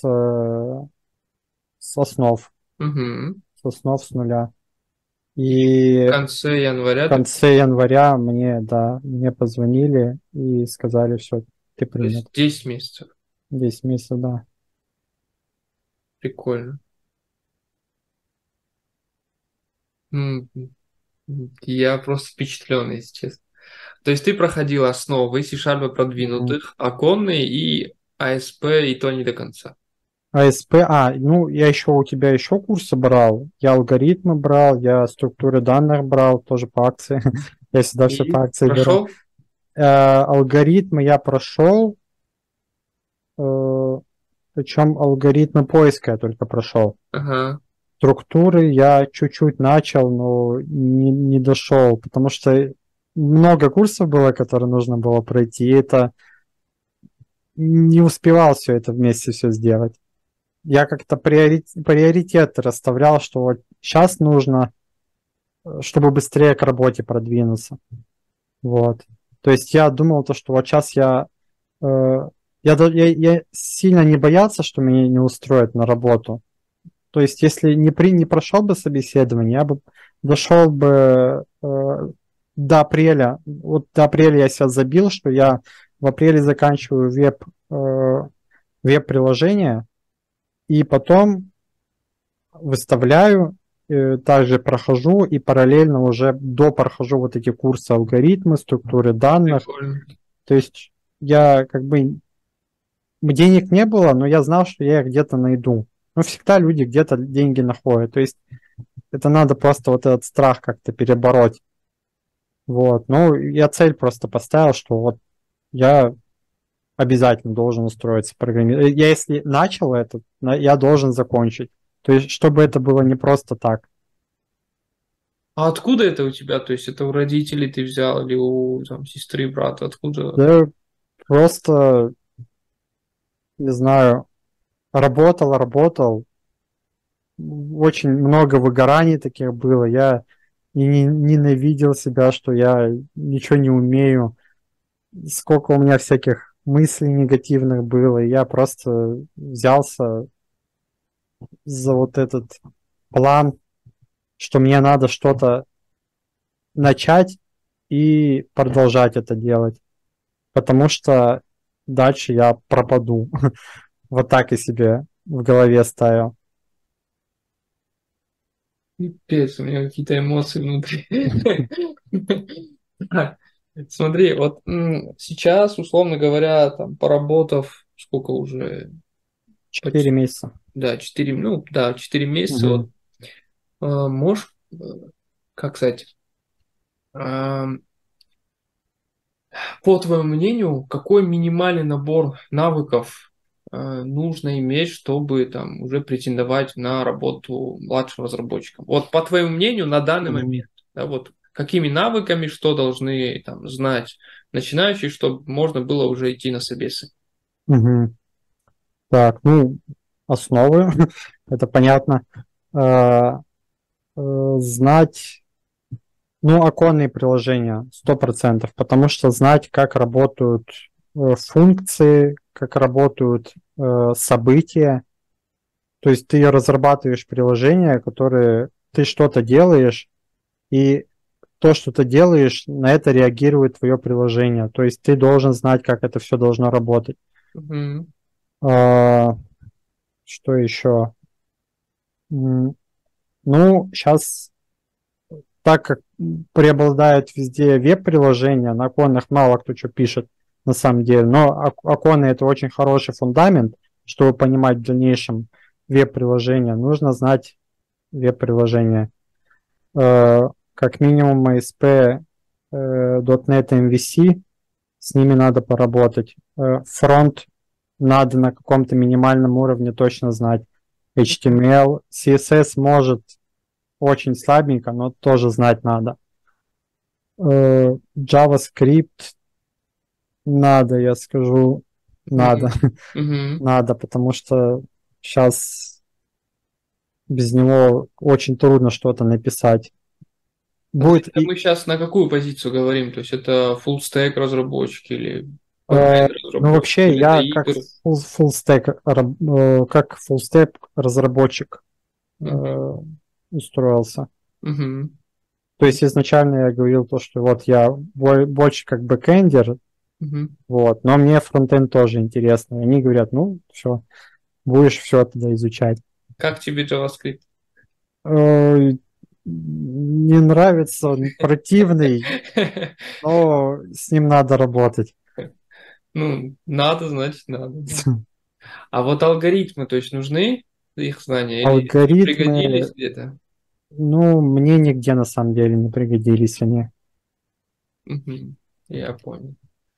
Speaker 2: с основ,
Speaker 1: Угу.
Speaker 2: с нуля.
Speaker 1: В
Speaker 2: И
Speaker 1: конце
Speaker 2: в
Speaker 1: января ты,
Speaker 2: конце января мне позвонили и сказали, все, ты
Speaker 1: то есть
Speaker 2: принят.
Speaker 1: 10 месяцев.
Speaker 2: 10 месяцев, да.
Speaker 1: Прикольно. М, Я просто впечатлен, если честно. То есть ты проходил основы C-Sharp
Speaker 2: Мгм.
Speaker 1: продвинутых, оконные и ASP, и то не до конца.
Speaker 2: АСП, ну, я еще у тебя еще курсы брал. Я алгоритмы брал, я структуры данных брал, тоже по акции. Я всегда все по
Speaker 1: И
Speaker 2: акции беру.
Speaker 1: прошел?
Speaker 2: Алгоритмы я прошел, причем алгоритмы поиска я только прошел.
Speaker 1: Ага.
Speaker 2: Структуры я чуть-чуть начал, но не дошел, потому что много курсов было, которые нужно было пройти, и это не успевал все это вместе все сделать. Я как-то приоритеты расставлял, что вот сейчас нужно, чтобы быстрее к работе продвинуться. Вот. То есть я думал, то, что вот сейчас э, я сильно не боялся, что меня не устроят на работу. То есть если не прошел бы собеседование, я бы дошел бы до апреля. Вот до апреля я себя забил, что я в апреле заканчиваю веб-приложение, и потом выставляю, также прохожу и параллельно уже прохожу вот эти курсы алгоритмы, структуры данных.
Speaker 1: Прикольно.
Speaker 2: То есть я как бы денег не было, но я знал, что я их где-то найду. Ну, всегда люди где-то деньги находят. То есть это надо просто вот этот страх как-то перебороть. Вот. Ну, я цель просто поставил, что вот я обязательно должен устроиться программистом. Я если начал это, я должен закончить. То есть, чтобы это было не просто так.
Speaker 1: А откуда это у тебя? То есть это у родителей ты взял или у там, сестры, брата? Откуда?
Speaker 2: Да просто, не знаю, работал. Очень много выгораний таких было. Я ненавидел себя, что я ничего не умею. Сколько у меня всяких мыслей негативных было. И я просто взялся за вот этот план, что мне надо что-то начать и продолжать это делать. Потому что дальше я пропаду. Вот так и себе в голове ставил.
Speaker 1: Пипец, у меня какие-то эмоции внутри. Так, смотри, вот сейчас, условно говоря, там, поработав, сколько уже,
Speaker 2: 4 месяца.
Speaker 1: да, 4, ну, да, 4 месяца, вот,
Speaker 2: Мгм.
Speaker 1: можешь, как сказать, по твоему мнению, какой минимальный набор навыков нужно иметь, чтобы там уже претендовать на работу младшим разработчиком? Вот по твоему мнению, на данный
Speaker 2: Мгм.
Speaker 1: момент, да, вот какими навыками, что должны там знать начинающие, чтобы можно было уже идти на собеседование?
Speaker 2: Мгм. Так, ну, основы, это понятно. Э, Знать, ну, оконные приложения 100%, потому что знать, как работают функции, как работают события. То есть ты разрабатываешь приложения, которые ты что-то делаешь, и то, что ты делаешь, на это реагирует твое приложение. То есть ты должен знать, как это все должно работать.
Speaker 1: Мгм.
Speaker 2: А, Что еще? Ну, сейчас, так как преобладают везде веб-приложения, на оконах мало кто что пишет на самом деле, но оконы это очень хороший фундамент, чтобы понимать в дальнейшем веб-приложения. Нужно знать веб-приложения. Как минимум ASP, .NET MVC, с ними надо поработать. Фронт надо на каком-то минимальном уровне точно знать. HTML, CSS может очень слабенько, но тоже знать надо. JavaScript надо, я скажу, надо.
Speaker 1: Мгм.
Speaker 2: Надо, потому что сейчас без него очень трудно что-то написать. Будет
Speaker 1: Это мы сейчас на какую позицию говорим? То есть это full stack разработчики или
Speaker 2: э,
Speaker 1: backend
Speaker 2: ну,
Speaker 1: разработчики
Speaker 2: вообще,
Speaker 1: или это
Speaker 2: я как
Speaker 1: игры?
Speaker 2: full stack, как full stack разработчик
Speaker 1: Мгм.
Speaker 2: э, устроился.
Speaker 1: Мгм.
Speaker 2: То есть изначально я говорил то, что вот я больше как бэкэндер,
Speaker 1: Мгм.
Speaker 2: вот, но мне фронтенд тоже интересно. И они говорят, ну, все, будешь все тогда изучать.
Speaker 1: Как тебе JavaScript?
Speaker 2: Э, Не нравится, он противный, но с ним надо работать.
Speaker 1: Ну, надо, значит, надо, да. А вот алгоритмы, то есть нужны их знания или тебе
Speaker 2: Алгоритмы,
Speaker 1: пригодились где-то?
Speaker 2: ну, мне нигде на самом деле не пригодились они.
Speaker 1: Мгм. Я понял.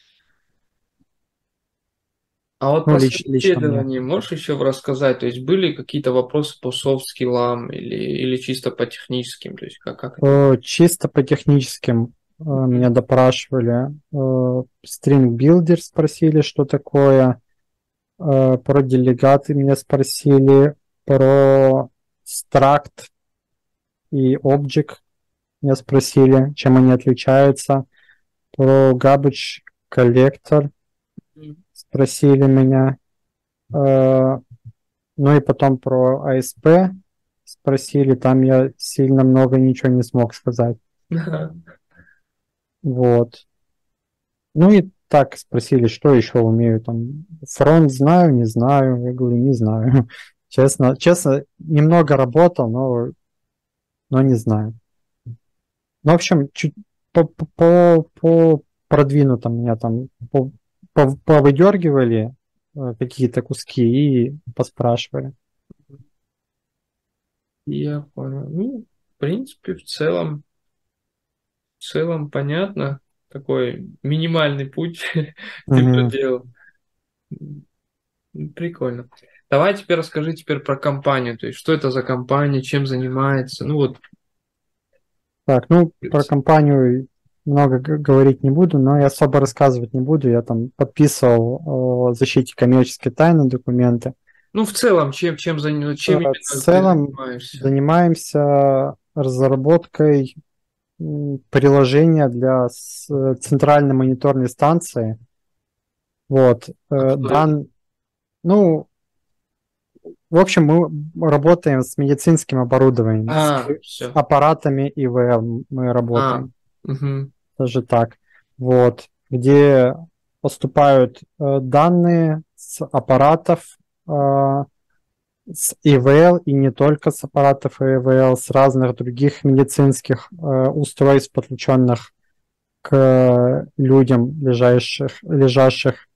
Speaker 1: А вот
Speaker 2: Ну,
Speaker 1: по
Speaker 2: лично мне.
Speaker 1: собеседованию можешь еще рассказать? То есть были какие-то вопросы по софт-скиллам или чисто по техническим? То есть как это?
Speaker 2: Чисто по техническим
Speaker 1: Мгм.
Speaker 2: меня допрашивали. String Builder спросили, что такое. Про делегаты меня спросили. Про struct и object меня спросили, чем они отличаются. Про garbage collector спросили меня. Э, Ну и потом про ASP спросили. Там я сильно много ничего не смог сказать. Вот. Ну и так спросили, что еще умею там. Фронт знаю, не знаю. Я говорю, не знаю. Честно, немного работал, но не знаю. Ну, в общем, чуть по продвинутым меня там повыдергивали какие-то куски и поспрашивали.
Speaker 1: Я понял. Ну, в принципе, в целом понятно. Такой минимальный путь ты
Speaker 2: Мгм.
Speaker 1: проделал. Прикольно. Давай теперь расскажи теперь про компанию. То есть, что это за компания, чем занимается. Ну вот,
Speaker 2: Так, ну, про компанию много говорить не буду, но и особо рассказывать не буду. Я там подписывал о защите коммерческой тайны документы.
Speaker 1: ну в целом, чем
Speaker 2: В
Speaker 1: именно ты
Speaker 2: целом
Speaker 1: занимаешься?
Speaker 2: занимаемся разработкой приложения для центральной мониторной станции. Вот.
Speaker 1: А что это?
Speaker 2: Ну, в общем, мы работаем с медицинским оборудованием, с
Speaker 1: Все.
Speaker 2: аппаратами ИВЛ мы работаем.
Speaker 1: Угу.
Speaker 2: Даже так. Вот. Где поступают данные с аппаратов, с ИВЛ и не только с аппаратов ИВЛ, с разных других медицинских устройств, подключенных к людям, лежащих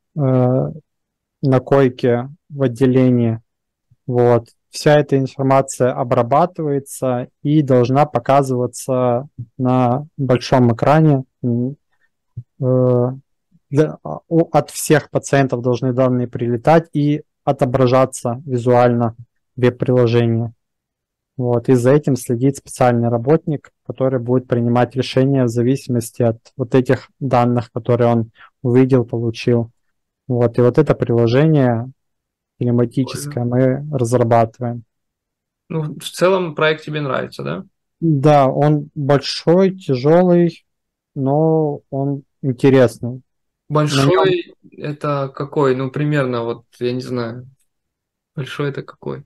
Speaker 2: на койке в отделении. Вот. Вся эта информация обрабатывается и должна показываться на большом экране. Э, От всех пациентов должны данные прилетать и отображаться визуально в веб-приложении. Вот. И за этим следит специальный работник, который будет принимать решения в зависимости от вот этих данных, которые он увидел, получил. Вот. И вот это приложение
Speaker 1: Прикольно.
Speaker 2: телематическое мы разрабатываем.
Speaker 1: Ну, в целом проект тебе нравится, да?
Speaker 2: Да, он большой, тяжелый, но он интересный. На нем
Speaker 1: Большой это какой? Ну, примерно, вот, я не знаю. Большой это какой?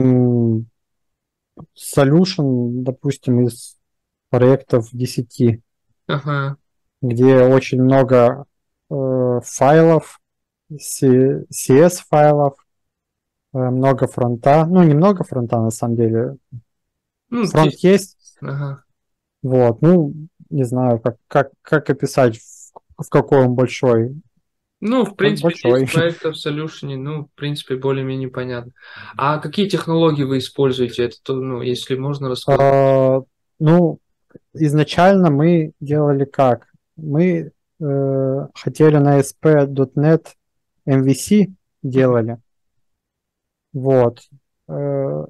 Speaker 2: solution, допустим, из проектов 10,
Speaker 1: Ага.
Speaker 2: где очень много файлов, CS-файлов, много фронта. Ну, немного фронта, на самом деле.
Speaker 1: Ну,
Speaker 2: Фронт есть,
Speaker 1: ага.
Speaker 2: вот, ну, не знаю, как описать, в какой он большой.
Speaker 1: Ну, в принципе, 10
Speaker 2: Большой.
Speaker 1: проектов в Solution, ну, в принципе, более-менее понятно. А какие технологии вы используете? Это, ну, если можно рассказать.
Speaker 2: Ну, изначально мы делали как? Мы хотели на ASP.NET MVC
Speaker 1: Мгм.
Speaker 2: делали. Вот.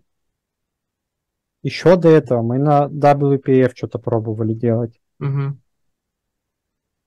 Speaker 2: Еще до этого мы на WPF что-то пробовали делать.
Speaker 1: Мгм.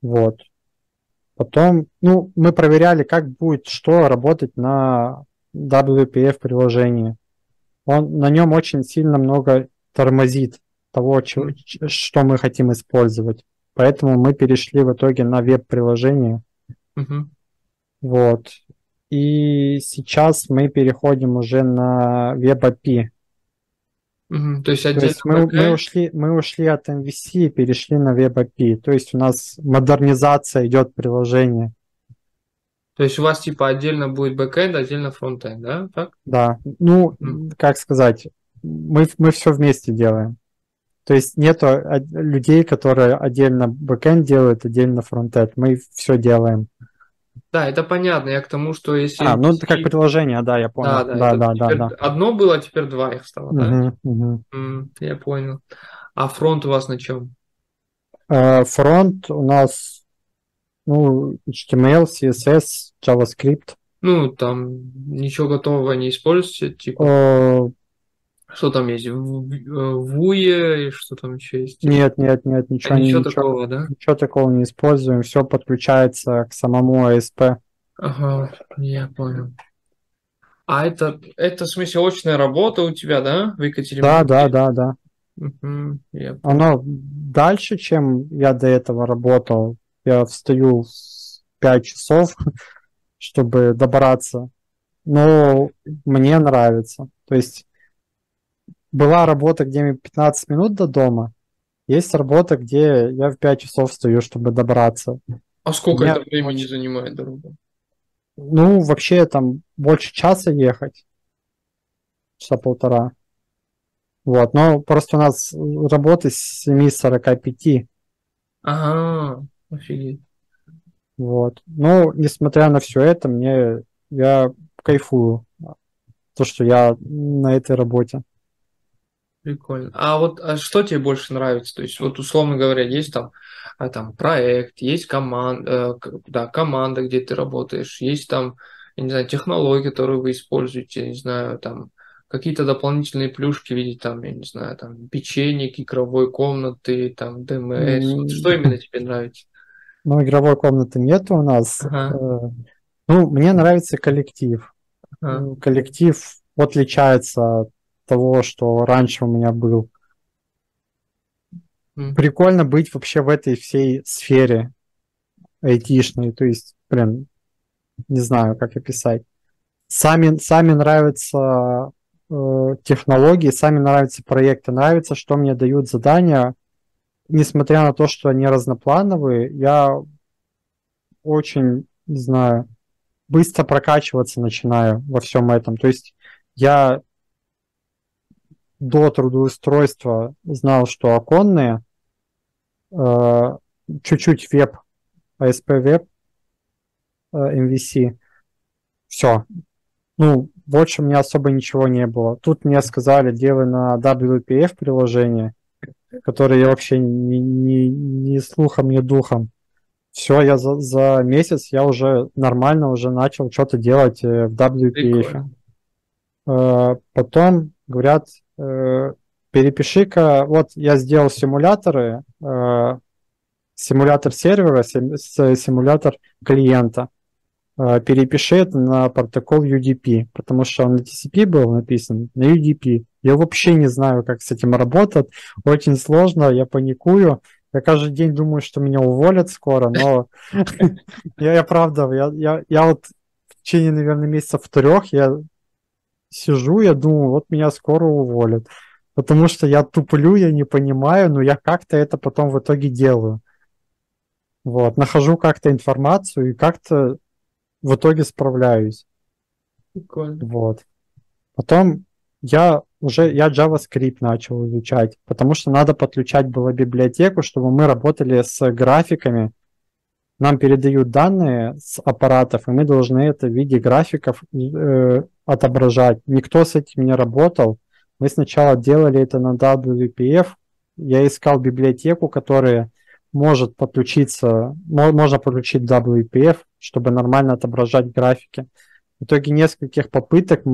Speaker 2: Вот. Потом, ну, мы проверяли, как будет что работать на WPF приложении. На нем очень сильно много тормозит того, что мы хотим использовать. Поэтому мы перешли в итоге на веб-приложение.
Speaker 1: Мгм.
Speaker 2: Вот. И сейчас мы переходим уже на Web-API.
Speaker 1: Мгм. То есть
Speaker 2: То
Speaker 1: отдельно
Speaker 2: есть мы
Speaker 1: бэкэнд.
Speaker 2: ушли от MVC и перешли на Web-API. То есть у нас модернизация идет приложения.
Speaker 1: То есть у вас типа отдельно будет бэкэнд, отдельно фронтенд, да? Так?
Speaker 2: Да. Ну,
Speaker 1: Мгм.
Speaker 2: как сказать, мы все вместе делаем. То есть нету людей, которые отдельно бэкэнд делают, отдельно фронтенд. Мы все делаем.
Speaker 1: Да, это понятно. Я к тому, что если
Speaker 2: Ну это как
Speaker 1: MVC.
Speaker 2: приложение, да, я
Speaker 1: Да,
Speaker 2: понял.
Speaker 1: да,
Speaker 2: Да,
Speaker 1: это
Speaker 2: да, да,
Speaker 1: теперь
Speaker 2: да.
Speaker 1: одно было, а теперь два их стало, да?
Speaker 2: Мгм, мгм.
Speaker 1: Я понял. А фронт у вас на чем?
Speaker 2: Фронт у нас, ну, HTML, CSS, JavaScript.
Speaker 1: Ну, там ничего готового не используете, типа,
Speaker 2: Э,
Speaker 1: что там есть? Вуе, и что там еще есть? Типа,
Speaker 2: Нет, нет, нет,
Speaker 1: ничего такого, да?
Speaker 2: ничего такого не используем. Все подключается к самому ASP.
Speaker 1: Ага, я понял. А это в смысле очная работа у тебя, да, в
Speaker 2: Да, да,
Speaker 1: Екатеринбурге?
Speaker 2: да, да.
Speaker 1: Я понял.
Speaker 2: Оно дальше, чем я до этого работал. Я встаю в 5 часов, чтобы добраться. Но мне нравится. То есть была работа, где мне 15 минут до дома. Есть работа, где я в 5 часов встаю, чтобы добраться.
Speaker 1: А сколько
Speaker 2: Мне
Speaker 1: это времени
Speaker 2: очень...
Speaker 1: занимает дорога?
Speaker 2: Ну, вообще там больше часа ехать, часа полтора. Вот, но просто у нас работа с 7:45.
Speaker 1: Ага, офигеть.
Speaker 2: Вот. Но, несмотря на все это, я кайфую, то, что я на этой работе.
Speaker 1: Прикольно. А вот что тебе больше нравится? То есть, вот условно говоря, есть там проект, есть да, команда, где ты работаешь, есть там, я не знаю, технологии, которые вы используете, я не знаю, там какие-то дополнительные плюшки в виде там, я не знаю, там печенье, игровой комнаты, там ДМС. Вот что
Speaker 2: М,
Speaker 1: именно тебе нравится?
Speaker 2: Ну, игровой комнаты нет у нас.
Speaker 1: Ага,
Speaker 2: Ну, мне нравится коллектив.
Speaker 1: ага.
Speaker 2: Коллектив отличается от того, что раньше у меня был.
Speaker 1: М.
Speaker 2: Прикольно быть вообще в этой всей сфере айтишной. То есть, блин, не знаю, как описать. Сами нравятся технологии, сами нравятся проекты, нравится, что мне дают задания. Несмотря на то, что они разноплановые, я очень, не знаю, быстро прокачиваться начинаю во всем этом. То есть я до трудоустройства знал, что оконные, э, чуть-чуть веб, ASP веб, MVC, все. Ну, больше у меня особо ничего не было. Тут мне сказали, делай на WPF приложение, которое я вообще ни слухом, ни духом. Все, я за месяц я уже нормально уже начал что-то делать в WPF.
Speaker 1: Прикольно.
Speaker 2: Потом говорят, перепиши-ка, вот я сделал симуляторы, симулятор сервера, симулятор клиента. Перепиши это на протокол UDP, потому что он на TCP был написан, на UDP. Я вообще не знаю, как с этим работать. Очень сложно, я паникую. Я каждый день думаю, что меня уволят скоро, но я правда, я вот в течение, наверное, месяцев 3 я сижу, я думаю, вот меня скоро уволят. Потому что я туплю, я не понимаю, но я как-то это потом в итоге делаю. Вот, нахожу как-то информацию и как-то в итоге справляюсь.
Speaker 1: Прикольно.
Speaker 2: Вот. Потом я JavaScript начал изучать, потому что надо подключать было библиотеку, чтобы мы работали с графиками. Нам передают данные с аппаратов, и мы должны это в виде графиков отображать. Никто с этим не работал. Мы сначала делали это на WPF. Я искал библиотеку, которая может подключиться, можно подключить WPF, чтобы нормально отображать графики. В итоге нескольких попыток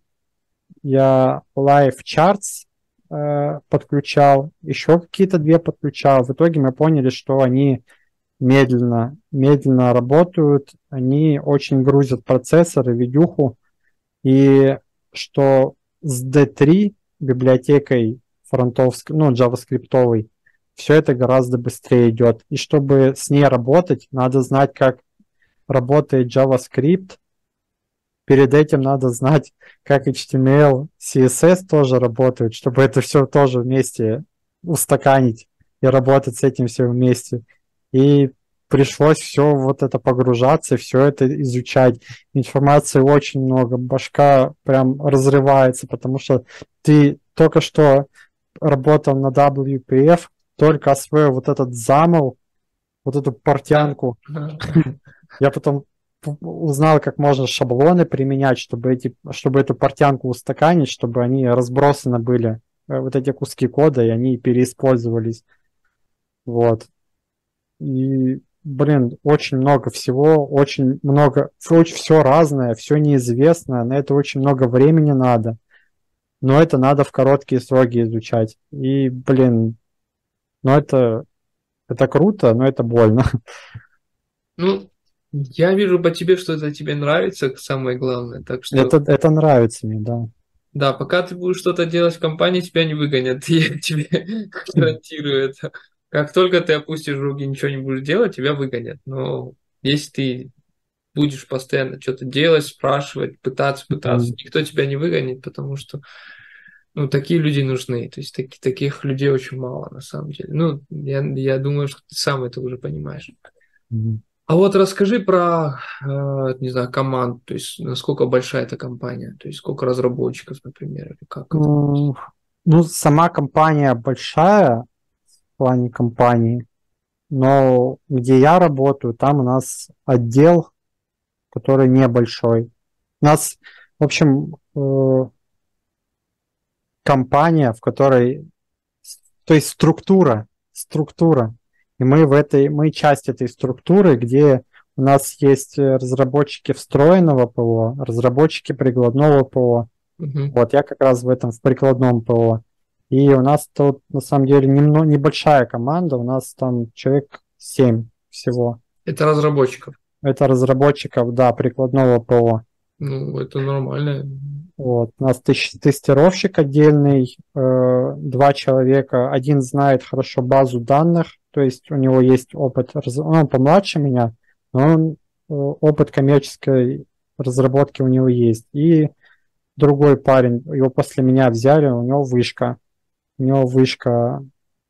Speaker 2: я Live Charts подключал, еще какие-то две подключал. В итоге мы поняли, что они медленно работают, они очень грузят процессоры, видюху, и что с D3 библиотекой фронтовской, ну, джаваскриптовой, все это гораздо быстрее идет. И чтобы с ней работать, надо знать, как работает JavaScript. Перед этим надо знать, как HTML, CSS тоже работают, чтобы это все тоже вместе устаканить и работать с этим все вместе. И пришлось все вот это погружаться, все это изучать. Информации очень много, башка прям разрывается, потому что ты только что работал на WPF, только освоил вот этот замол, вот эту
Speaker 1: Да.
Speaker 2: портянку.
Speaker 1: Ага.
Speaker 2: Я потом узнал, как можно шаблоны применять, чтобы эту портянку устаканить, чтобы они разбросаны были, вот эти куски кода, и они переиспользовались. Вот. И, блин, очень много всего, очень много, очень все разное, все неизвестное, на это очень много времени надо, но это надо в короткие сроки изучать. И, блин, ну это круто, но это больно.
Speaker 1: Ну, я вижу по тебе, что это тебе нравится, самое главное. Так что,
Speaker 2: Это нравится мне, да.
Speaker 1: да, пока ты будешь что-то делать в компании, тебя не выгонят. Я тебе гарантирую это. Как только ты опустишь руки, ничего не будешь делать, тебя выгонят. Но если ты будешь постоянно что-то делать, спрашивать, пытаться,
Speaker 2: Мгм.
Speaker 1: никто тебя не выгонит, потому что, ну, такие люди нужны. То есть таких людей очень мало на самом деле. Ну, я думаю, что ты сам это уже понимаешь.
Speaker 2: Мгм.
Speaker 1: А вот расскажи про, не знаю, команд, то есть насколько большая эта компания, то есть сколько разработчиков, например, или как это?
Speaker 2: М, Ну, сама компания большая в плане компании, но где я работаю, там у нас отдел, который небольшой. У нас, в общем, компания, в которой, то есть структура. И мы часть этой структуры, где у нас есть разработчики встроенного ПО, разработчики прикладного ПО.
Speaker 1: Мгм.
Speaker 2: Вот я как раз в этом, в прикладном ПО. И у нас тут на самом деле небольшая команда, у нас там человек 7 всего.
Speaker 1: Это разработчиков.
Speaker 2: Это разработчиков, да, прикладного ПО.
Speaker 1: Ну, это нормально.
Speaker 2: Вот. У нас тестировщик отдельный, 2 человека. Один знает хорошо базу данных, то есть у него есть опыт, он помладше меня, но опыт коммерческой разработки у него есть. И другой парень, его после меня взяли, у него вышка. У него вышка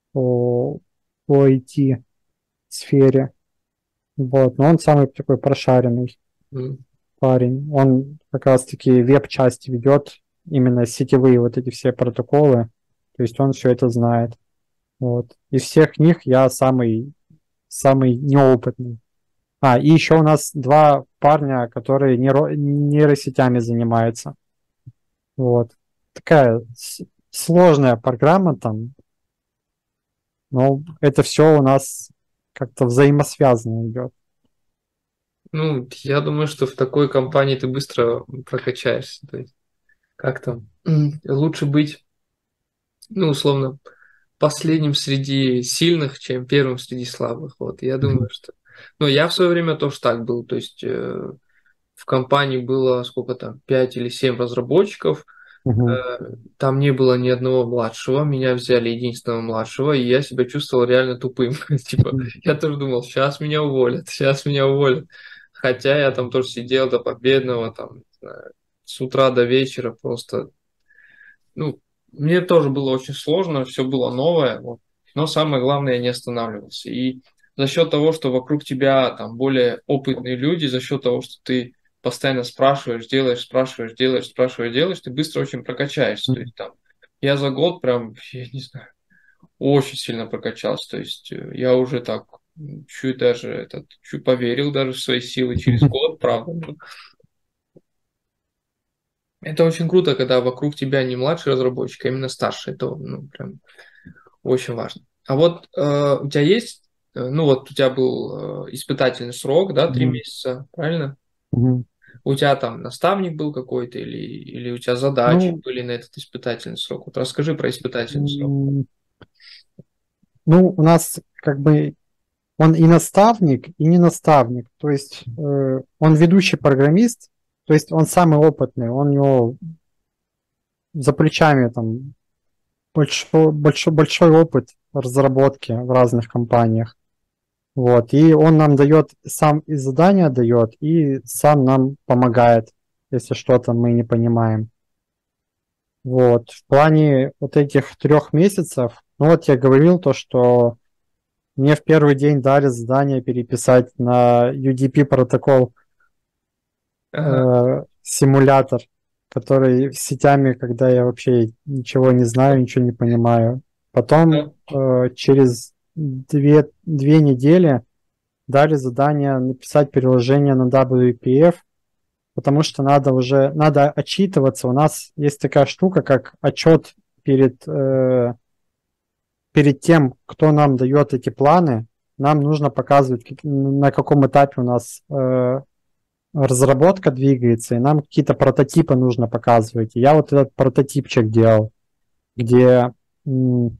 Speaker 2: по IT-сфере. Вот. Но он самый такой прошаренный
Speaker 1: М.
Speaker 2: парень. Он как раз-таки веб-части ведет, именно сетевые вот эти все протоколы. То есть он все это знает. Вот. Из всех них я самый неопытный. И еще у нас 2 парня, которые нейросетями занимаются. Вот. Такая сложная программа там, но это все у нас как-то взаимосвязано идет.
Speaker 1: Ну, я думаю, что в такой компании ты быстро прокачаешься. То есть как там? Лучше быть, ну, условно, последним среди сильных, чем первым среди слабых. Вот, я думаю, что... Ну, я в свое время тоже так был. То есть в компании было сколько там, 5 или 7 разработчиков,
Speaker 2: Мгм.
Speaker 1: там не было ни одного младшего, меня взяли единственного младшего, и я себя чувствовал реально тупым. Типа, я тоже думал, сейчас меня уволят, сейчас меня уволят. Хотя я там тоже сидел до победного, там, не знаю, с утра до вечера просто, ну, мне тоже было очень сложно, все было новое, вот. Но самое главное, я не останавливался. И за счет того, что вокруг тебя там более опытные люди, за счет того, что ты постоянно спрашиваешь, делаешь, спрашиваешь, делаешь, спрашиваешь, делаешь, ты быстро очень прокачаешься. То есть там я за год прям, я не знаю, очень сильно прокачался. То есть я уже так чуть даже чуть поверил даже в свои силы через год, правда. Но это очень круто, когда вокруг тебя не младший разработчик, а именно старший. Это, ну, прям очень важно. А вот у тебя есть, ну вот у тебя был испытательный срок, да, 3 месяца, правильно?
Speaker 2: Мгм.
Speaker 1: У тебя там наставник был какой-то или у тебя задачи
Speaker 2: Ну,
Speaker 1: были на этот испытательный срок? Вот расскажи про испытательный срок.
Speaker 2: м, ну, у нас как бы он и наставник, и не наставник. То есть он ведущий программист, то есть он самый опытный, у него за плечами там большой опыт разработки в разных компаниях. Вот. И он нам дает, сам и задания дает, и сам нам помогает, если что-то мы не понимаем. Вот. В плане вот этих 3 месяцев, ну вот я говорил то, что мне в первый день дали задание переписать на UDP протокол
Speaker 1: Ага.
Speaker 2: симулятор, который с сетями, когда я вообще ничего не знаю, ничего не понимаю. Потом через две недели дали задание написать приложение на WPF, потому что надо отчитываться. У нас есть такая штука, как отчет перед тем, кто нам дает эти планы. Нам нужно показывать, на каком этапе у нас разработка двигается, и нам какие-то прототипы нужно показывать. И я вот этот прототипчик делал, где, то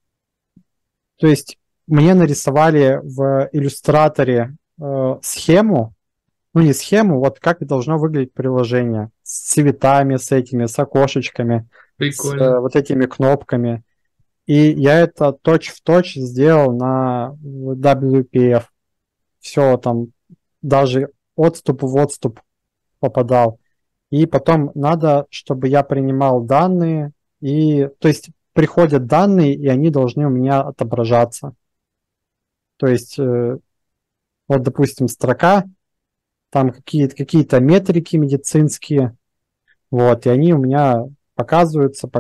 Speaker 2: есть мне нарисовали в иллюстраторе схему, ну не схему, вот как должно выглядеть приложение с цветами, с этими, с окошечками, с
Speaker 1: Прикольно.
Speaker 2: вот этими кнопками. И я это точь-в-точь сделал на WPF. Все там, даже отступ в отступ попадал. И потом надо, чтобы я принимал данные, и, то есть приходят данные, и они должны у меня отображаться. То есть, вот, допустим, строка, там какие-то метрики медицинские, вот, и они у меня показываются,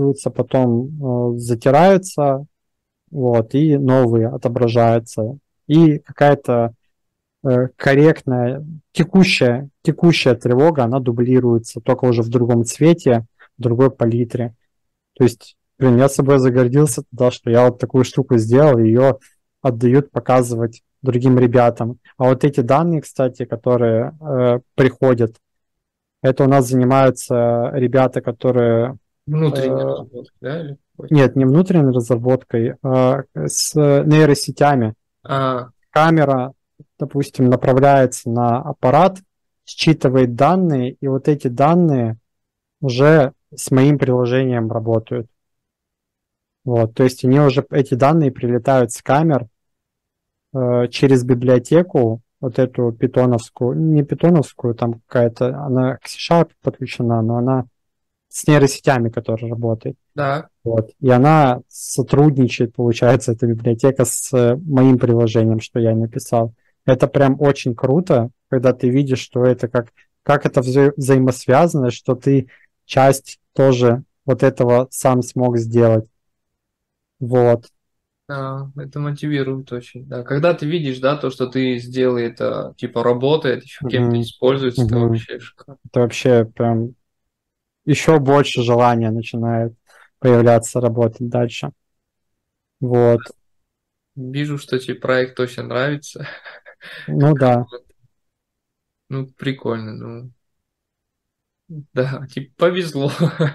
Speaker 2: потом затираются, вот, и новые отображаются. И какая-то корректная, текущая тревога, она дублируется, только уже в другом цвете, в другой палитре. То есть, блин, я собой загордился тогда, что я вот такую штуку сделал, ее отдают показывать другим ребятам. А вот эти данные, кстати, которые приходят, это у нас занимаются ребята, которые...
Speaker 1: Внутренняя разработка, да? Или какой?
Speaker 2: Нет, не внутренней разработкой, а с нейросетями.
Speaker 1: А,
Speaker 2: Камера, допустим, направляется на аппарат, считывает данные, и вот эти данные уже с моим приложением работают. Вот, то есть они уже, эти данные прилетают с камер через библиотеку, вот эту питоновскую, не питоновскую, там какая-то, она к C# подключена, но она с нейросетями, которые работает.
Speaker 1: да.
Speaker 2: Вот. И она сотрудничает, получается, эта библиотека с моим приложением, что я написал. Это прям очень круто, когда ты видишь, что это как это взаимосвязано, что ты часть тоже вот этого сам смог сделать. Вот.
Speaker 1: Да, это мотивирует очень. Да, когда ты видишь, да, то, что ты сделал, это типа работает, еще кем-то
Speaker 2: Мгм.
Speaker 1: используется, это
Speaker 2: Мгм.
Speaker 1: вообще шикарно.
Speaker 2: Это вообще прям еще больше желания начинает появляться, работать дальше. Вот.
Speaker 1: Вижу, что тебе проект очень нравится.
Speaker 2: Ну да.
Speaker 1: Вот. Ну, прикольно, ну, да, типа повезло.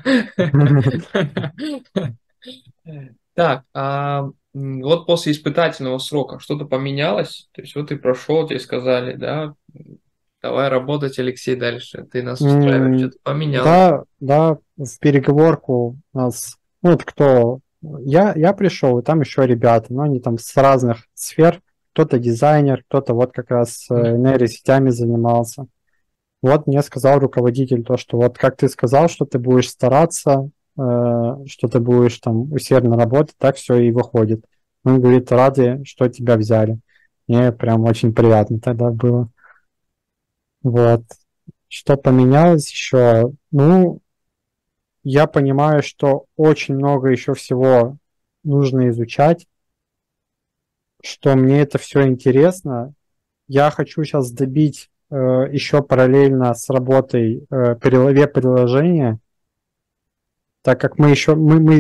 Speaker 1: Так, вот после испытательного срока что-то поменялось? То есть вот ты прошел, тебе сказали, да, давай работать, Алексей, дальше. Ты нас устраиваешь, что-то поменялось.
Speaker 2: Да, да, в переговорку нас, ну, вот кто, я пришел, и там еще ребята, но они там с разных сфер, кто-то дизайнер, кто-то вот как раз нейросетями занимался. Вот мне сказал руководитель то, что вот как ты сказал, что ты будешь стараться, что ты будешь там усердно работать, так все и выходит. Он говорит, рады, что тебя взяли. Мне прям очень приятно тогда было. Вот. Что поменялось еще? Ну, я понимаю, что очень много еще всего нужно изучать, что мне это все интересно. Я хочу сейчас добить еще параллельно с работой веб-приложения, так как мы еще,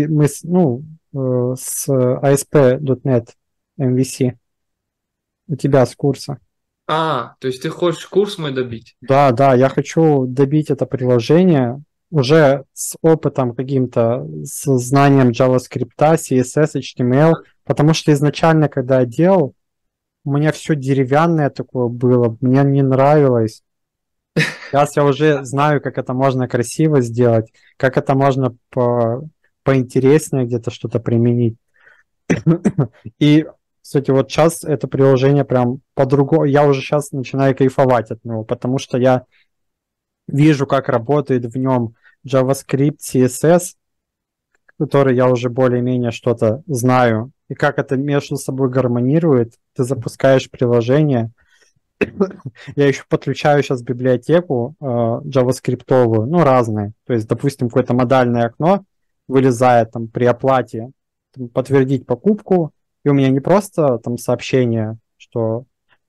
Speaker 2: с ASP.NET MVC, у тебя с курса.
Speaker 1: То есть ты хочешь курс мой добить?
Speaker 2: Да, да, я хочу добить это приложение уже с опытом каким-то, с знанием JavaScript, CSS, HTML, потому что изначально, когда я делал, у меня все деревянное такое было, мне не нравилось. Сейчас я уже знаю, как это можно красиво сделать, как это можно поинтереснее где-то что-то применить. И, кстати, вот сейчас это приложение прям по-другому, я уже сейчас начинаю кайфовать от него, потому что я вижу, как работает в нем JavaScript, CSS, который я уже более-менее что-то знаю, и как это между собой гармонирует. Ты запускаешь приложение. Я еще подключаю сейчас библиотеку JavaScript-овую, ну, разные. То есть, допустим, какое-то модальное окно вылезает там при оплате, там, подтвердить покупку, и у меня не просто там сообщение, что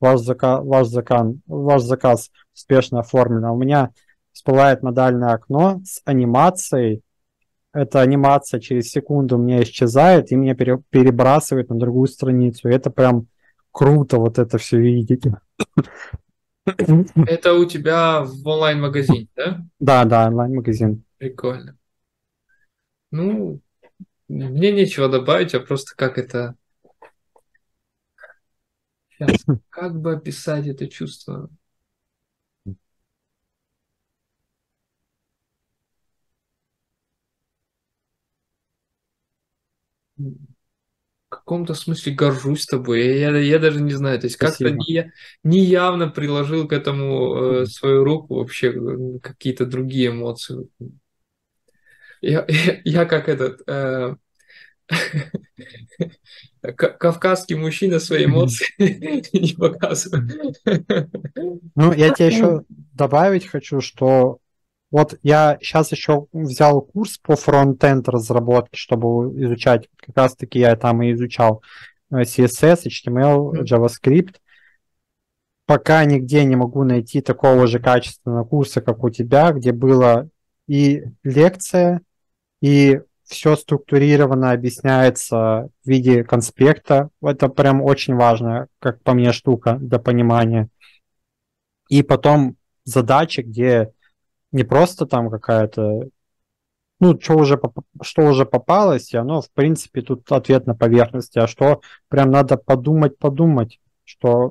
Speaker 2: ваш заказ успешно оформлен, а у меня всплывает модальное окно с анимацией. Эта анимация через секунду у меня исчезает и меня перебрасывает на другую страницу. И это прям круто вот это все видеть.
Speaker 1: Это у тебя в онлайн-магазине, да?
Speaker 2: Да, да, онлайн-магазин.
Speaker 1: Прикольно. Ну, мне нечего добавить, а просто как это... Сейчас, как бы описать это чувство? В каком-то смысле горжусь тобой. Я даже не знаю. То есть как-то
Speaker 2: Спасибо.
Speaker 1: не явно приложил к этому свою руку, вообще какие-то другие эмоции. Я как этот кавказский мужчина свои эмоции не показывает.
Speaker 2: Ну, я тебе еще добавить хочу, что вот я сейчас еще взял курс по фронт-энд разработке, чтобы изучать, как раз-таки я там и изучал CSS, HTML, JavaScript. Пока нигде не могу найти такого же качественного курса, как у тебя, где было и лекция, и все структурированно объясняется в виде конспекта. Это прям очень важная, как по мне, штука для понимания. И потом задачи, где не просто там какая-то, ну, что уже попалось, и оно, в принципе, тут ответ на поверхности, а что прям надо подумать, что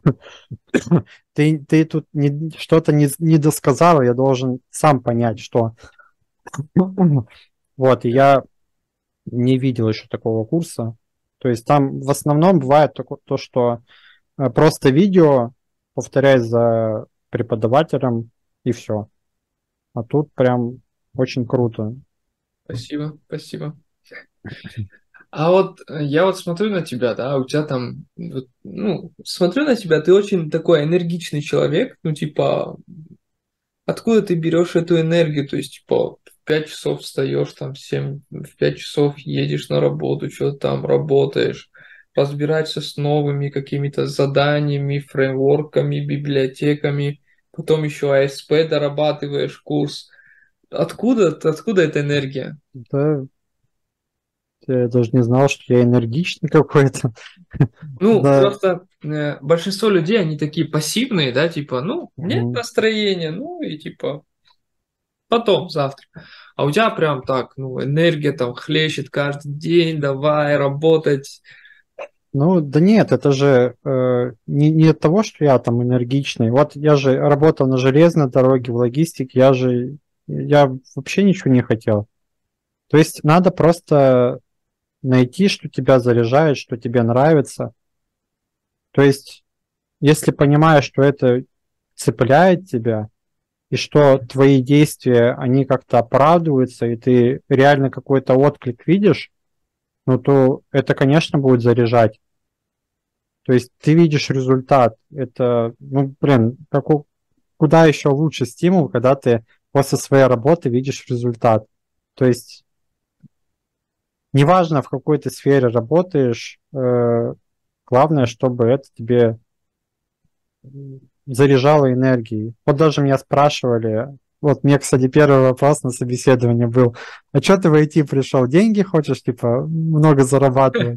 Speaker 2: ты тут что-то не досказал, я должен сам понять, что... Вот, и я не видел еще такого курса. То есть там в основном бывает то, что просто видео, повторяй за преподавателем, и все. А тут прям очень круто.
Speaker 1: Спасибо, спасибо. А вот я вот смотрю на тебя, да, у тебя там, вот, ну, смотрю на тебя, ты очень такой энергичный человек, ну, типа, откуда ты берешь эту энергию, то есть, типа, в 5 часов встаешь, там, в 5 часов едешь на работу, что-то там работаешь, разбираешься с новыми какими-то заданиями, фреймворками, библиотеками, потом еще АСП дорабатываешь курс. Откуда эта энергия?
Speaker 2: Да, я даже не знал, что я энергичный какой-то.
Speaker 1: Ну,
Speaker 2: Да.
Speaker 1: просто большинство людей, они такие пассивные, да, типа, ну, нет
Speaker 2: Мгм.
Speaker 1: настроения, ну, и типа, потом, завтра. А у тебя прям так, ну, энергия там хлещет каждый день, давай работать.
Speaker 2: Ну, да нет, это же не от того, что я там энергичный. Вот я же работал на железной дороге, в логистике, я вообще ничего не хотел. То есть надо просто найти, что тебя заряжает, что тебе нравится. То есть, если понимаешь, что это цепляет тебя, и что твои действия, они как-то оправдываются, и ты реально какой-то отклик видишь, ну то это, конечно, будет заряжать. То есть ты видишь результат. Это, ну, блин, куда еще лучше стимул, когда ты после своей работы видишь результат. То есть неважно, в какой ты сфере работаешь, главное, чтобы это тебе заряжало энергией. Вот даже меня спрашивали, вот мне, кстати, первый вопрос на собеседовании был, а что ты в IT пришел? Деньги хочешь, типа, много зарабатывать?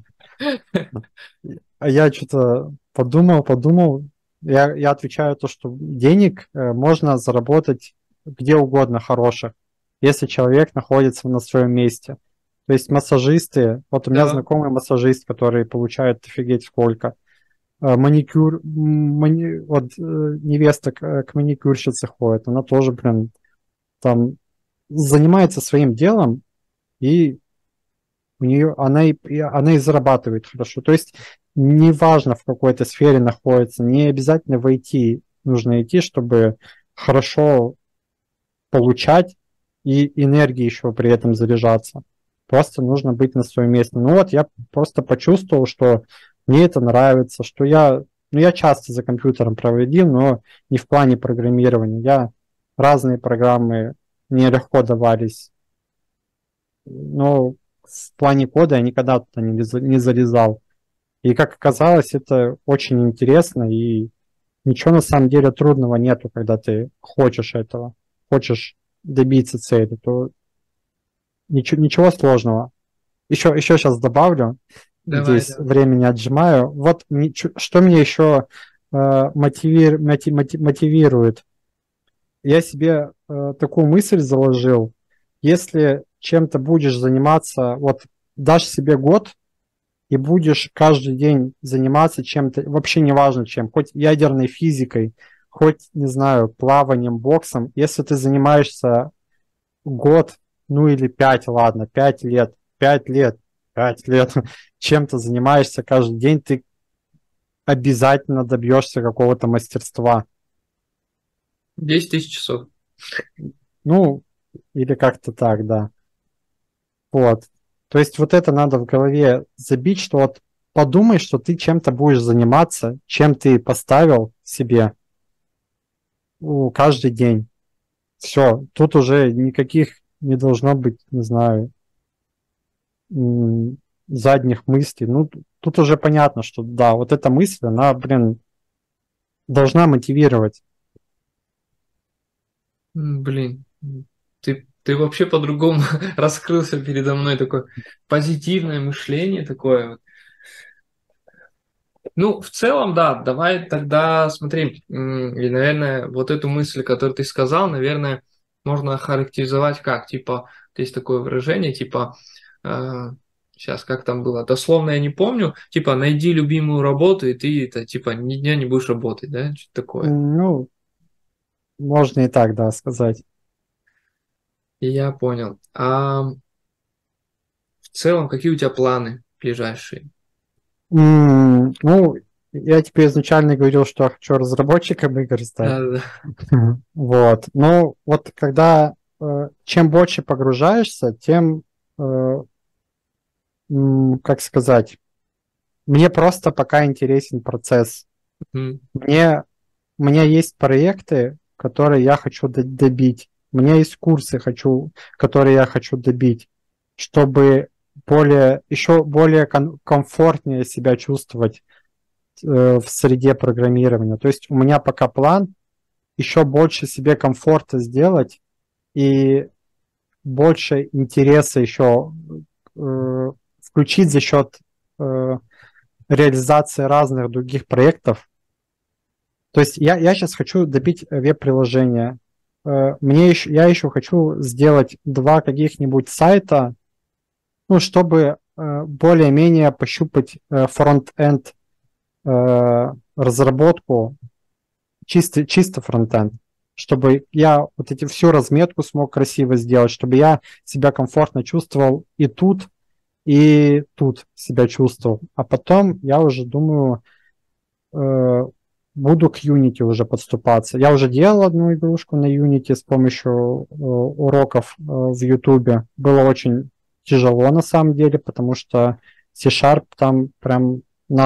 Speaker 2: А я что-то подумал. Я отвечаю то, что денег можно заработать где угодно хороших, если человек находится на своем месте. То есть массажисты, вот у меня
Speaker 1: Да.
Speaker 2: знакомый массажист, который получает офигеть сколько. маникюр, вот невеста к маникюрщице ходит, она тоже, блин, там занимается своим делом, и у нее она и зарабатывает хорошо. То есть неважно, в какой-то сфере находится, не обязательно в IT нужно идти, чтобы хорошо получать и энергией еще при этом заряжаться. Просто нужно быть на своем месте. Ну вот я просто почувствовал, что мне это нравится, что я часто за компьютером проводил, но не в плане программирования. Я разные программы мне легко давались, но в плане кода я никогда туда не залезал. И как оказалось, это очень интересно, и ничего на самом деле трудного нету, когда ты хочешь этого, хочешь добиться цели, то ничего сложного. Еще сейчас добавлю,
Speaker 1: Давай,
Speaker 2: здесь
Speaker 1: давай.
Speaker 2: времени отжимаю. Вот что меня еще мотивирует. Я себе такую мысль заложил. Если чем-то будешь заниматься, вот дашь себе год и будешь каждый день заниматься чем-то, вообще неважно чем, хоть ядерной физикой, хоть, не знаю, плаванием, боксом, если ты занимаешься год, ну или 5, ладно, 5 лет, 5 лет, 5 лет чем-то занимаешься каждый день, ты обязательно добьешься какого-то мастерства.
Speaker 1: 10 тысяч часов.
Speaker 2: Ну, или как-то так, да. Вот. То есть вот это надо в голове забить, что вот подумай, что ты чем-то будешь заниматься, чем ты поставил себе каждый день. Все, тут уже никаких не должно быть, не знаю, задних мыслей. Ну, тут уже понятно, что да, вот эта мысль, она, блин, должна мотивировать.
Speaker 1: Блин, ты вообще по-другому раскрылся передо мной, такое позитивное мышление такое вот. Ну, в целом, да, давай тогда смотри, и, наверное, вот эту мысль, которую ты сказал, наверное, можно характеризовать как, типа, есть такое выражение, типа, сейчас как там было, дословно я не помню, типа, найди любимую работу, и ты это, типа, ни дня не будешь работать, да, что-то такое.
Speaker 2: Ну, можно и так, да, сказать.
Speaker 1: Я понял. А в целом, какие у тебя планы ближайшие?
Speaker 2: Ну, я тебе изначально говорил, что я хочу разработчиком игр стать.
Speaker 1: Да-да-да.
Speaker 2: Вот. Ну, вот когда чем больше погружаешься, тем, как сказать, мне просто пока интересен процесс.
Speaker 1: Мгм.
Speaker 2: Мне, у меня есть проекты, которые я хочу добить. У меня есть курсы, которые я хочу добить, чтобы еще более комфортнее себя чувствовать в среде программирования. То есть у меня пока план еще больше себе комфорта сделать и больше интереса еще включить за счет реализации разных других проектов. То есть я сейчас хочу добить веб-приложение. Я еще хочу сделать 2 каких-нибудь сайта, ну, чтобы более-менее пощупать фронт-энд разработку, чисто фронтенд, чтобы я вот всю разметку смог красиво сделать, чтобы я себя комфортно чувствовал и тут себя чувствовал. А потом я уже думаю, буду к Unity уже подступаться. Я уже делал одну игрушку на Unity с помощью уроков в YouTube. Было очень тяжело на самом деле, потому что C-Sharp там прям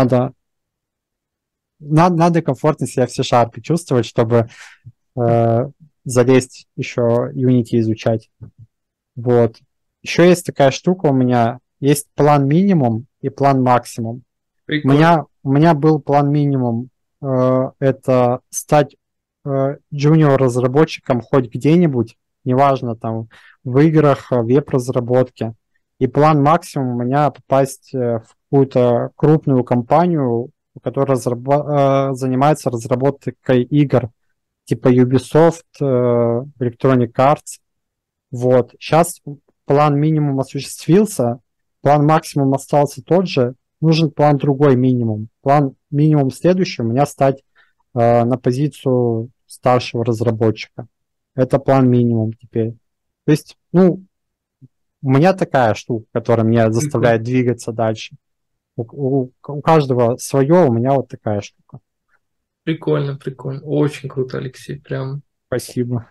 Speaker 2: надо комфортно себя в C-Sharp чувствовать, чтобы залезть еще Unity изучать. Вот. Еще есть такая штука у меня. Есть план минимум и план максимум.
Speaker 1: Прикольно.
Speaker 2: У меня был план минимум. Это стать джуниор-разработчиком хоть где-нибудь, неважно, там, в играх, в веб-разработке. И план максимум у меня попасть в какую-то крупную компанию, которая занимается разработкой игр, типа Ubisoft, Electronic Arts. Вот. Сейчас план минимум осуществился, план максимум остался тот же, нужен план другой минимум. План минимум следующий у меня стать на позицию старшего разработчика. Это план минимум теперь. То есть, ну, у меня такая штука, которая меня
Speaker 1: Прикольно,
Speaker 2: заставляет двигаться дальше. У каждого свое, у меня вот такая штука.
Speaker 1: прикольно, прикольно. Очень круто, Алексей, прям.
Speaker 2: Спасибо.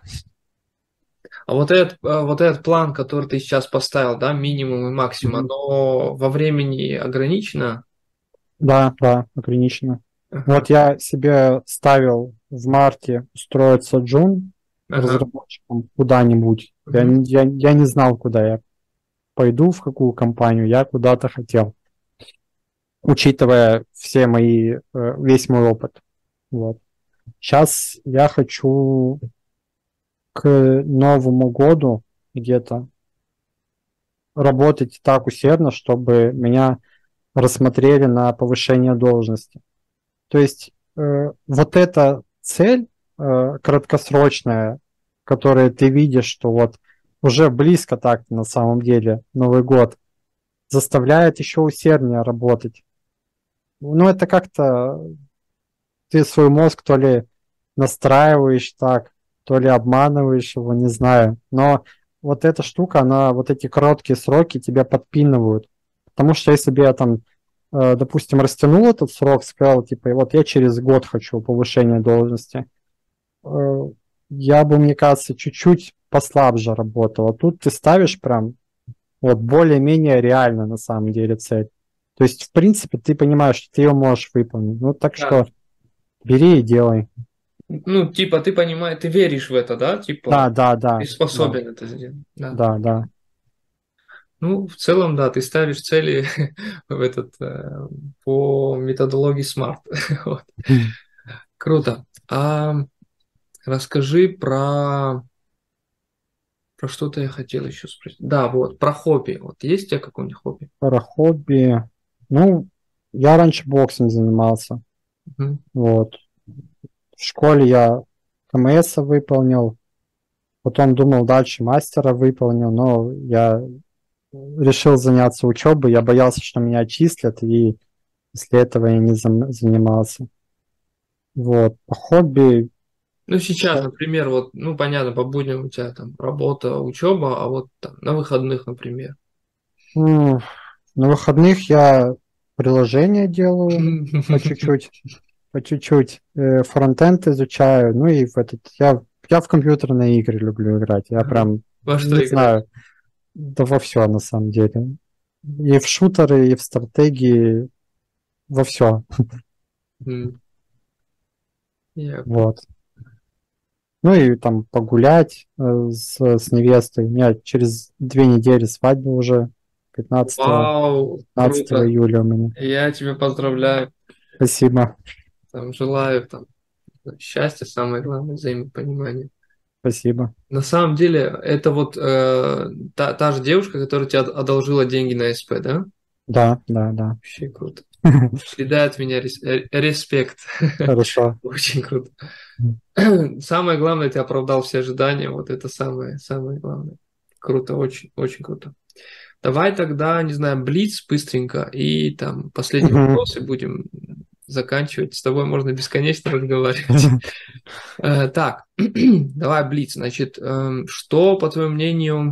Speaker 1: Вот этот план, который ты сейчас поставил, да, минимум и максимум,
Speaker 2: Мгм.
Speaker 1: оно во времени ограничено?
Speaker 2: Да, да, ограничено.
Speaker 1: Ага,
Speaker 2: Вот я себе ставил в марте устроиться джун
Speaker 1: ага.
Speaker 2: разработчиком куда-нибудь.
Speaker 1: Мгм.
Speaker 2: Я не знал, куда я пойду, в какую компанию. Я куда-то хотел, учитывая весь мой опыт. Вот. Сейчас я хочу к Новому году где-то работать так усердно, чтобы меня рассмотрели на повышение должности. То есть вот эта цель краткосрочная, которую ты видишь, что вот уже близко так на самом деле Новый год, заставляет еще усерднее работать. Ну, это как-то ты свой мозг то ли настраиваешь так, то ли обманываешь его, не знаю. Но вот эта штука, она, вот эти короткие сроки тебя подпинывают. Потому что если бы я там, допустим, растянул этот срок, сказал, типа, вот я через год хочу повышения должности, э, я бы, мне кажется, чуть-чуть послабже работал. А тут ты ставишь прям вот более-менее реально на самом деле цель. То есть, в принципе, ты понимаешь, что ты ее можешь выполнить. Ну, так
Speaker 1: Да.
Speaker 2: что бери и делай.
Speaker 1: Ну, типа, ты понимаешь, ты веришь в это, да?
Speaker 2: Да,
Speaker 1: Типа,
Speaker 2: да,
Speaker 1: ты
Speaker 2: да, да,
Speaker 1: способен это сделать. Да.
Speaker 2: да, да.
Speaker 1: Ну, в целом, да, ты ставишь цели в по методологии SMART. Вот.
Speaker 2: М.
Speaker 1: Круто. А расскажи про что-то я хотел еще спросить. Да, вот, про хобби. Вот есть у тебя какое-нибудь хобби?
Speaker 2: Про хобби. Ну, я раньше боксом занимался.
Speaker 1: Мгм.
Speaker 2: Вот. В школе я КМС выполнил, потом думал дальше мастера выполнил, но я решил заняться учебой. Я боялся, что меня отчислят, и после этого я не занимался. Вот. По хобби
Speaker 1: Ну, сейчас,
Speaker 2: ща-
Speaker 1: например, вот, ну, понятно, по будням у тебя там работа, учеба, а вот там на выходных, например.
Speaker 2: ну, на выходных я приложения делаю по чуть-чуть. По чуть-чуть фронтенд изучаю, ну и я в компьютерные игры люблю играть. Я
Speaker 1: Ага.
Speaker 2: прям
Speaker 1: Во
Speaker 2: не
Speaker 1: что играешь?
Speaker 2: знаю, да во все на самом деле. И в шутеры, и в стратегии, во все.
Speaker 1: М, Я понял.
Speaker 2: Вот. Ну и там погулять с невестой. У меня через 2 недели свадьба уже, 15,
Speaker 1: Вау,
Speaker 2: 15
Speaker 1: круто.
Speaker 2: июля у меня.
Speaker 1: Я тебя поздравляю.
Speaker 2: Спасибо,
Speaker 1: Там, желаю там счастья, самое главное, взаимопонимания.
Speaker 2: спасибо.
Speaker 1: На самом деле, это вот та же девушка, которая тебе одолжила деньги на СП, да?
Speaker 2: Да, да, да.
Speaker 1: Вообще круто. Следа от меня респект.
Speaker 2: Хорошо.
Speaker 1: Очень круто. Самое главное, ты оправдал все ожидания. Вот это самое главное. Круто, очень, очень круто. Давай тогда, не знаю, блиц быстренько и там последний
Speaker 2: Мгм.
Speaker 1: вопрос и будем заканчивать. С тобой можно бесконечно разговаривать. Так, давай блиц. Значит, что, по твоему мнению,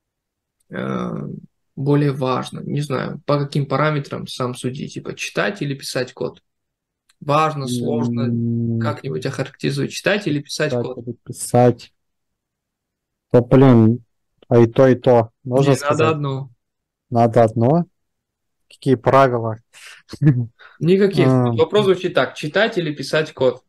Speaker 1: э, более важно? Не знаю, по каким параметрам сам суди, типа читать или писать код? Важно, сложно,
Speaker 2: М,
Speaker 1: как-нибудь охарактеризуй, читать или писать
Speaker 2: Читать
Speaker 1: код?
Speaker 2: или писать. Да, блин, а и то, и то. Можно
Speaker 1: Не, надо
Speaker 2: сказать,
Speaker 1: одно.
Speaker 2: надо одно. Какие правила?
Speaker 1: Никаких.
Speaker 2: А,
Speaker 1: Вопрос звучит так, читать или писать код?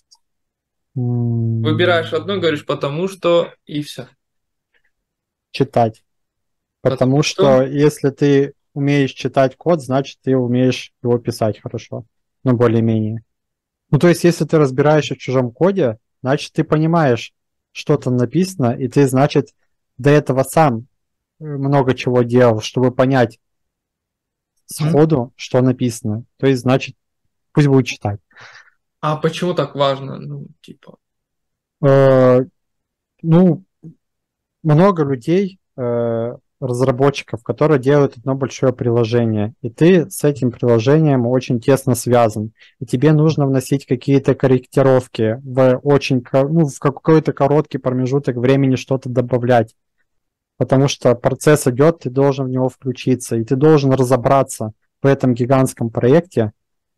Speaker 1: Выбираешь одно,
Speaker 2: м,
Speaker 1: говоришь, потому что, и все.
Speaker 2: Читать. Потому
Speaker 1: Потому что,
Speaker 2: что если ты умеешь читать код, значит, ты умеешь его писать хорошо. Ну, более-менее. Ну, то есть, если ты разбираешься в чужом коде, значит, ты понимаешь, что там написано, и ты, значит, до этого сам много чего делал, чтобы понять
Speaker 1: м?
Speaker 2: сходу, что написано. То есть, значит, пусть будет читать.
Speaker 1: А почему так важно? Ну, типа,
Speaker 2: Э, ну, много людей разработчиков, которые делают одно большое приложение, и ты с этим приложением очень тесно связан, и тебе нужно вносить какие-то корректировки в какой-то короткий промежуток времени что-то добавлять, потому что процесс идет, ты должен в него включиться, и ты должен разобраться в этом гигантском проекте,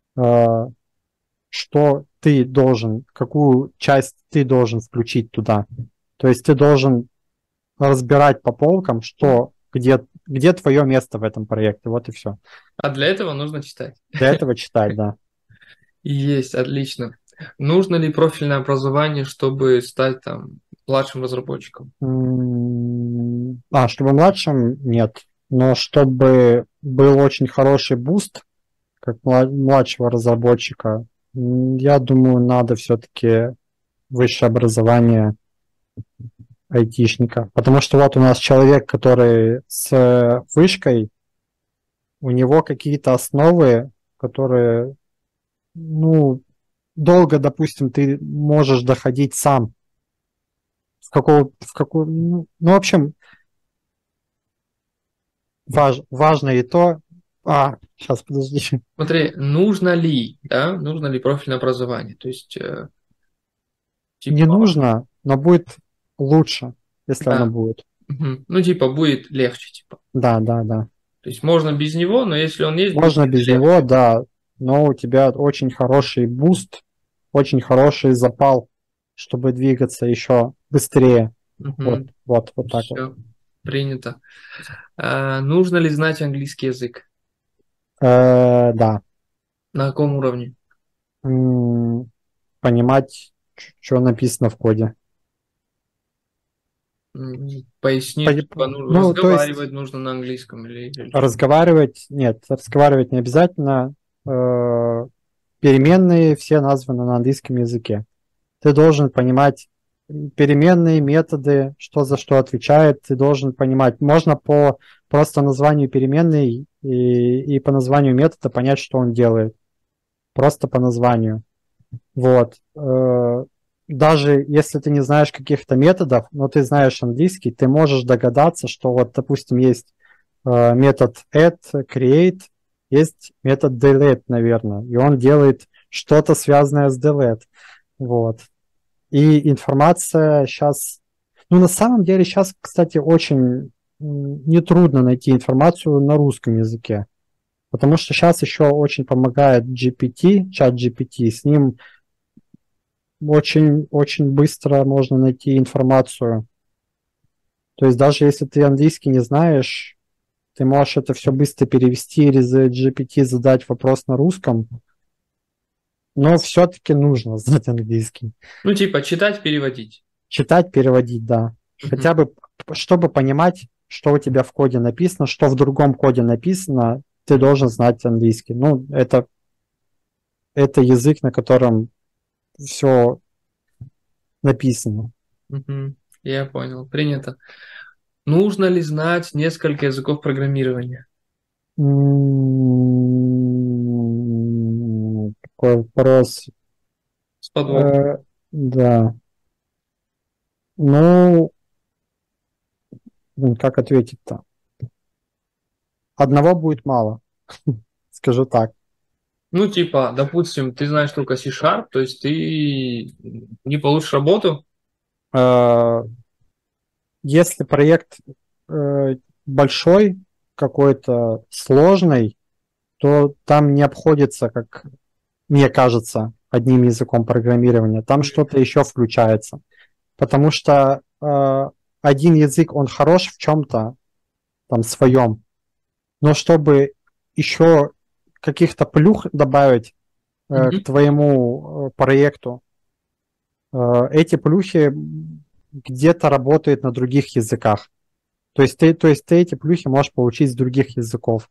Speaker 2: что ты должен, какую часть ты должен включить туда. То есть ты должен разбирать по полкам, где твое место в этом проекте. Вот и все.
Speaker 1: А для этого нужно читать.
Speaker 2: Для этого читать, да.
Speaker 1: Есть, отлично. Нужно ли профильное образование, чтобы стать там младшим разработчиком?
Speaker 2: Чтобы младшим, нет. Но чтобы был очень хороший буст, как младшего разработчика, я думаю, надо все-таки высшее образование айтишника. Потому что вот у нас человек, который с вышкой, у него какие-то основы, которые, долго, допустим, ты можешь доходить сам. В общем, важно и то. Сейчас, подожди.
Speaker 1: Смотри, нужно ли профильное образование? То есть,
Speaker 2: Не
Speaker 1: типа,
Speaker 2: нужно, но будет лучше, если оно
Speaker 1: да,
Speaker 2: будет.
Speaker 1: ну, типа, будет легче, типа.
Speaker 2: Да, да, да.
Speaker 1: То есть можно без него, но если он есть, будет
Speaker 2: Можно без
Speaker 1: легче.
Speaker 2: него, да, но у тебя очень хороший буст, очень хороший запал, чтобы двигаться еще быстрее. Вот так вот.
Speaker 1: Все, принято. Нужно ли знать английский язык?
Speaker 2: Да.
Speaker 1: На каком уровне?
Speaker 2: Понимать, что написано в коде.
Speaker 1: Поясни, типа,
Speaker 2: Ну, то есть
Speaker 1: разговаривать нужно на английском или что?
Speaker 2: разговаривать не обязательно. Переменные все названы на английском языке. Ты должен понимать переменные методы, что за что отвечает. Ты должен понимать, можно по просто названию переменной и по названию метода понять, что он делает. Просто по названию. Вот. Даже если ты не знаешь каких-то методов, но ты знаешь английский, ты можешь догадаться, что вот, допустим, есть метод add, create, есть метод delete, наверное, и он делает что-то связанное с delete. Вот. И информация сейчас... на самом деле сейчас, кстати, очень нетрудно найти информацию на русском языке, потому что сейчас еще очень помогает GPT, чат GPT, с ним очень быстро можно найти информацию. То есть даже если ты английский не знаешь, ты можешь это все быстро перевести или за GPT задать вопрос на русском, но все-таки нужно знать английский.
Speaker 1: Ну, типа, читать, переводить.
Speaker 2: Читать, переводить, да. Хотя бы, чтобы понимать, что у тебя в коде написано, что в другом коде написано, ты должен знать английский. Это язык, на котором все написано.
Speaker 1: Я понял, принято. Нужно ли знать несколько языков программирования?
Speaker 2: Такой вопрос.
Speaker 1: С подвохом.
Speaker 2: Да. Ну, как ответить-то? Одного будет мало, скажу так.
Speaker 1: Ну, типа, допустим, ты знаешь только C-Sharp, то есть ты не получишь работу.
Speaker 2: Если проект большой, какой-то сложный, то там не обходится, как мне кажется, одним языком программирования. Там что-то еще включается. Потому что один язык, он хорош в чем-то там своем, но чтобы еще каких-то плюх добавить к твоему проекту, эти плюхи где-то работают на других языках. То есть ты эти плюхи можешь получить с других языков,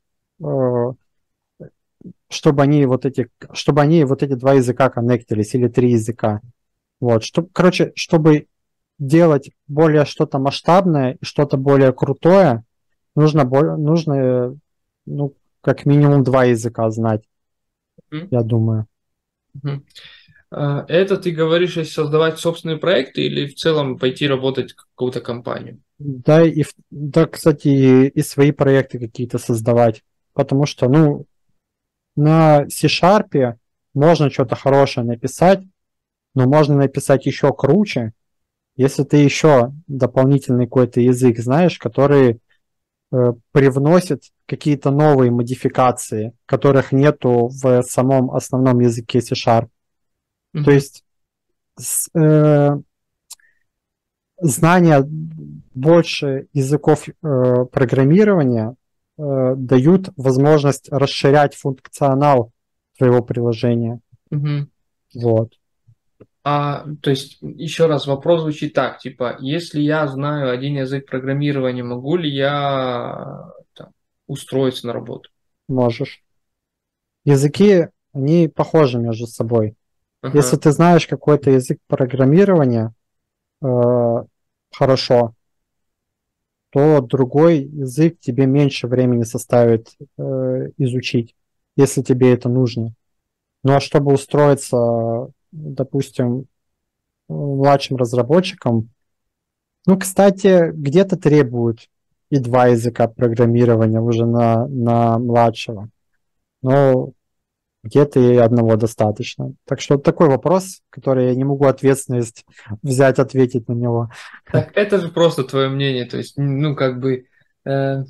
Speaker 2: чтобы они вот эти два языка коннектились или три языка. Вот, чтобы делать более что-то масштабное и что-то более крутое, нужно как минимум два языка знать, я думаю.
Speaker 1: Это ты говоришь, если создавать собственные проекты или в целом пойти работать в какую-то компанию?
Speaker 2: Да, да, кстати, и свои проекты какие-то создавать. Потому что, ну, на C-Sharp можно что-то хорошее написать, но можно написать еще круче, если ты еще дополнительный какой-то язык знаешь, который привносит какие-то новые модификации, которых нету в самом основном языке C-Sharp. То
Speaker 1: Мгм.
Speaker 2: есть знания больше языков программирования дают возможность расширять функционал твоего приложения.
Speaker 1: Мгм.
Speaker 2: Вот.
Speaker 1: То есть, еще раз, вопрос звучит так, типа, если я знаю один язык программирования, могу ли я там, устроиться на работу?
Speaker 2: Можешь. Языки, они похожи между собой. Если
Speaker 1: Ага.
Speaker 2: ты знаешь какой-то язык программирования хорошо, то другой язык тебе меньше времени составит изучить, если тебе это нужно. Ну а чтобы устроиться, допустим, младшим разработчиком, ну, кстати, где-то требуют и два языка программирования уже на младшего, но где-то и одного достаточно. Так что такой вопрос, который я не могу ответственность взять, ответить на него.
Speaker 1: Так это же просто твое мнение, то есть, ну, как бы, э,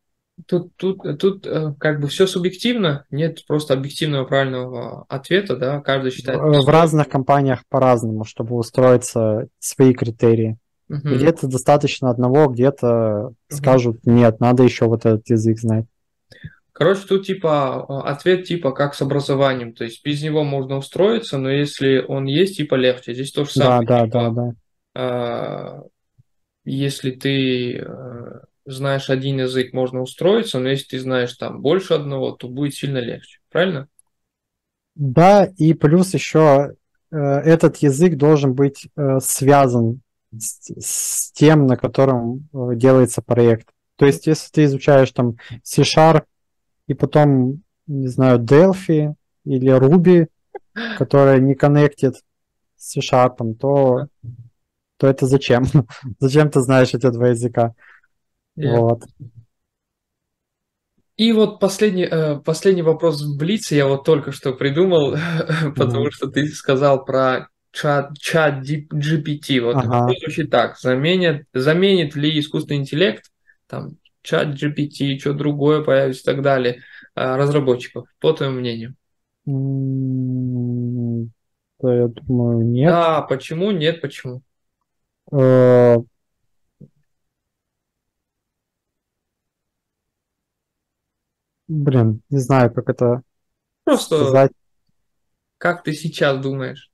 Speaker 1: тут как бы все субъективно, нет просто объективного правильного ответа, да, каждый считает
Speaker 2: В
Speaker 1: по-своему.
Speaker 2: разных компаниях по-разному, чтобы устроиться свои критерии.
Speaker 1: Мгм.
Speaker 2: Где-то достаточно одного, где-то
Speaker 1: Мгм.
Speaker 2: скажут, нет, надо еще вот этот язык знать.
Speaker 1: Короче, тут типа ответ типа как с образованием, то есть без него можно устроиться, но если он есть, типа легче. Здесь то же
Speaker 2: Да,
Speaker 1: самое,
Speaker 2: да, да,
Speaker 1: типа
Speaker 2: да.
Speaker 1: а, если ты знаешь один язык, можно устроиться, но если ты знаешь там больше одного, то будет сильно легче. Правильно?
Speaker 2: Да, и плюс еще этот язык должен быть связан с тем, на котором делается проект. То есть, если ты изучаешь там C-Sharp и потом, не знаю, Delphi или Ruby, которая не коннектит с C-Sharp, то это зачем? Зачем ты знаешь эти два языка?
Speaker 1: Я
Speaker 2: Вот.
Speaker 1: И вот последний вопрос в Блице я вот только что придумал, потому
Speaker 2: Ага.
Speaker 1: что ты сказал про чат GPT. Вот
Speaker 2: Ага.
Speaker 1: вопрос звучит так. Заменит ли искусственный интеллект, там, чат GPT, что другое появится и так далее, разработчиков, по твоему мнению?
Speaker 2: Да, я думаю, нет.
Speaker 1: Да, почему? Нет, почему?
Speaker 2: Э, Блин, не знаю, как это
Speaker 1: Просто
Speaker 2: сказать.
Speaker 1: как ты сейчас думаешь?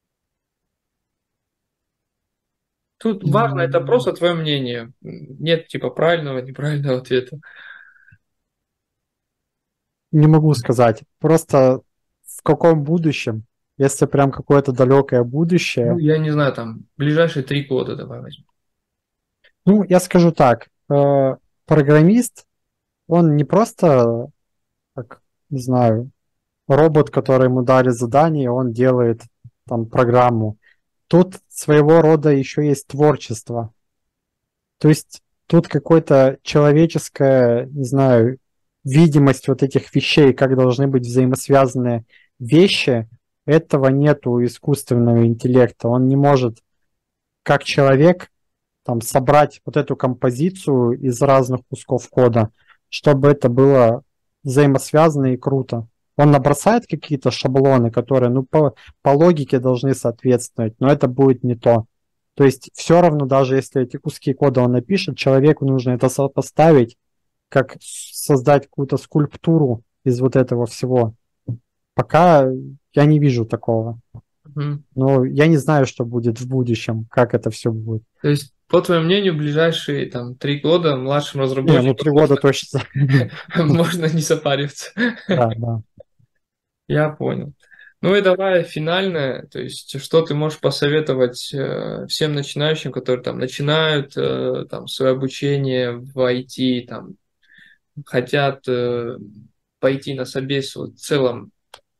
Speaker 1: Тут важно, это
Speaker 2: М,
Speaker 1: просто твое мнение. Нет типа правильного, неправильного ответа.
Speaker 2: Не могу сказать. Просто в каком будущем, если прям какое-то далекое
Speaker 1: Ну,
Speaker 2: будущее,
Speaker 1: я не знаю, там, ближайшие 3 года давай возьмем.
Speaker 2: ну, я скажу так, программист, он не просто, как, не знаю, робот, который ему дали задание, он делает там программу. Тут своего рода еще есть творчество. То есть тут какое-то человеческое, не знаю, видимость вот этих вещей, как должны быть взаимосвязаны вещи, этого нету у искусственного интеллекта. Он не может, как человек, там, собрать вот эту композицию из разных кусков кода, чтобы это было взаимосвязано и круто. Он набросает какие-то шаблоны, которые, ну, по логике должны соответствовать, но это будет не то. То есть все равно, даже если эти куски кода он напишет, человеку нужно это сопоставить, как создать какую-то скульптуру из вот этого всего. Пока я не вижу такого.
Speaker 1: Мгм.
Speaker 2: Но я не знаю, что будет в будущем, как это все будет.
Speaker 1: То есть, по твоему мнению, ближайшие там 3 года младшим
Speaker 2: Не, ну
Speaker 1: разработчикам
Speaker 2: 3 года
Speaker 1: можно,
Speaker 2: точно.
Speaker 1: можно не запариваться.
Speaker 2: Да, да.
Speaker 1: Я понял. Ну и давай финальное, то есть, что ты можешь посоветовать всем начинающим, которые там начинают там свое обучение в IT, там хотят пойти на собес, вот в целом,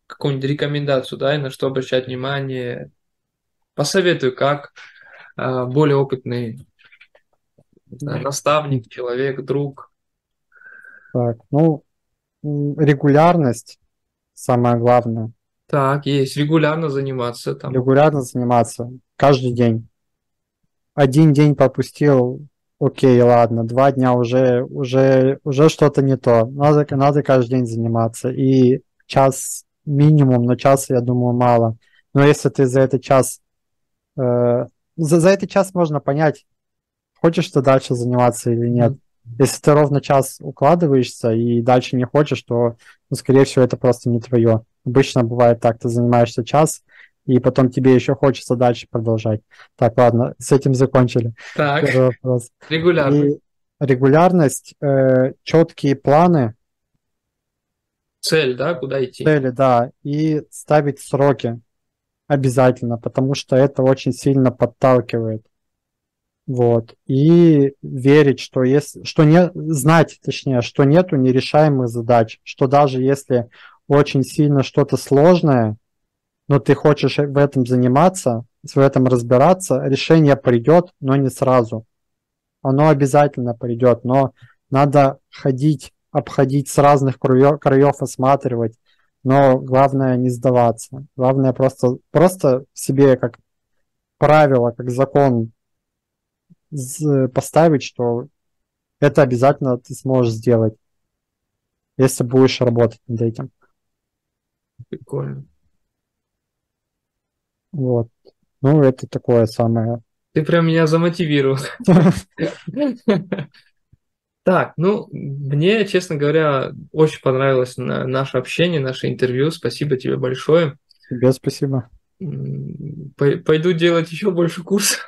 Speaker 1: какую-нибудь рекомендацию дай, на что обращать внимание. Посоветуй, как более опытный, не знаю, наставник, человек, друг.
Speaker 2: Так, ну, регулярность самое главное.
Speaker 1: Так, есть регулярно заниматься там.
Speaker 2: Регулярно заниматься каждый день. Один день пропустил, окей, ладно, 2 дня уже что-то не то. Надо каждый день заниматься. И час минимум, но час, я думаю, мало. Но если ты за этот час, за этот час можно понять, хочешь ты дальше заниматься или нет.
Speaker 1: Мгм.
Speaker 2: Если ты ровно час укладываешься и дальше не хочешь, то, ну, скорее всего, это просто не твое. Обычно бывает так, ты занимаешься час, и потом тебе еще хочется дальше продолжать. Так, ладно, с этим закончили.
Speaker 1: Так,
Speaker 2: Первый вопрос.
Speaker 1: регулярно.
Speaker 2: И регулярность, четкие планы,
Speaker 1: Цель, да, куда идти.
Speaker 2: цели, да, и ставить сроки обязательно, потому что это очень сильно подталкивает. Вот. И верить, что если, что не, знать, точнее, что нету нерешаемых задач, что даже если очень сильно что-то сложное, но ты хочешь в этом заниматься, в этом разбираться, решение придет, но не сразу. Оно обязательно придет, но надо ходить, обходить с разных краев, осматривать, но главное не сдаваться. Главное просто себе как правило, как закон поставить, что это обязательно ты сможешь сделать, если будешь работать над этим.
Speaker 1: Прикольно.
Speaker 2: Вот. Ну, это такое самое.
Speaker 1: Ты прям меня замотивировал. Так, ну, мне, честно говоря, очень понравилось наше общение, наше интервью. Спасибо тебе большое.
Speaker 2: Тебе спасибо.
Speaker 1: Пойду делать еще больше курсов.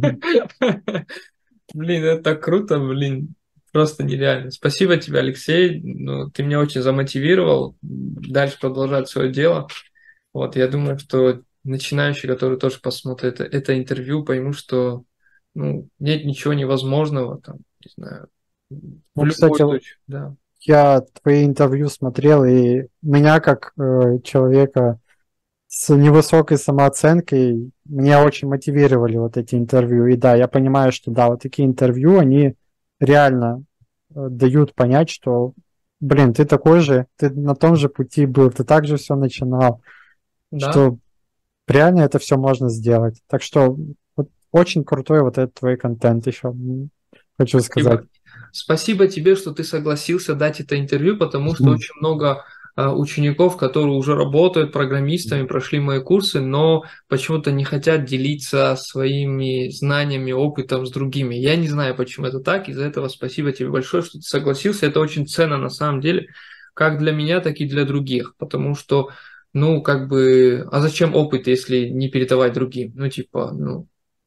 Speaker 1: Блин, это так круто, блин, просто нереально. Спасибо тебе, Алексей. Ну, ты меня очень замотивировал дальше продолжать свое дело. Вот, я думаю, что начинающие, которые тоже посмотрят это интервью, поймут, что ну, нет ничего невозможного, там, не знаю, в
Speaker 2: Ну, кстати,
Speaker 1: любой точке, да.
Speaker 2: я твои интервью смотрел, и меня как человека с невысокой самооценкой, меня очень мотивировали вот эти интервью. И да, я понимаю, что да, вот такие интервью, они реально дают понять, что, блин, ты такой же, ты на том же пути был, ты так же все начинал,
Speaker 1: Да,
Speaker 2: что реально это все можно сделать. Так что вот очень крутой вот этот твой контент еще, хочу сказать.
Speaker 1: спасибо. Спасибо тебе, что ты согласился дать это интервью, потому что очень много учеников, которые уже работают программистами, прошли мои курсы, но почему-то не хотят делиться своими знаниями, опытом с другими. Я не знаю, почему это так. Из-за этого спасибо тебе большое, что ты согласился. Это очень ценно на самом деле, как для меня, так и для других, потому что, ну, как бы, а зачем опыт, если не передавать другим? Ну, типа, ну,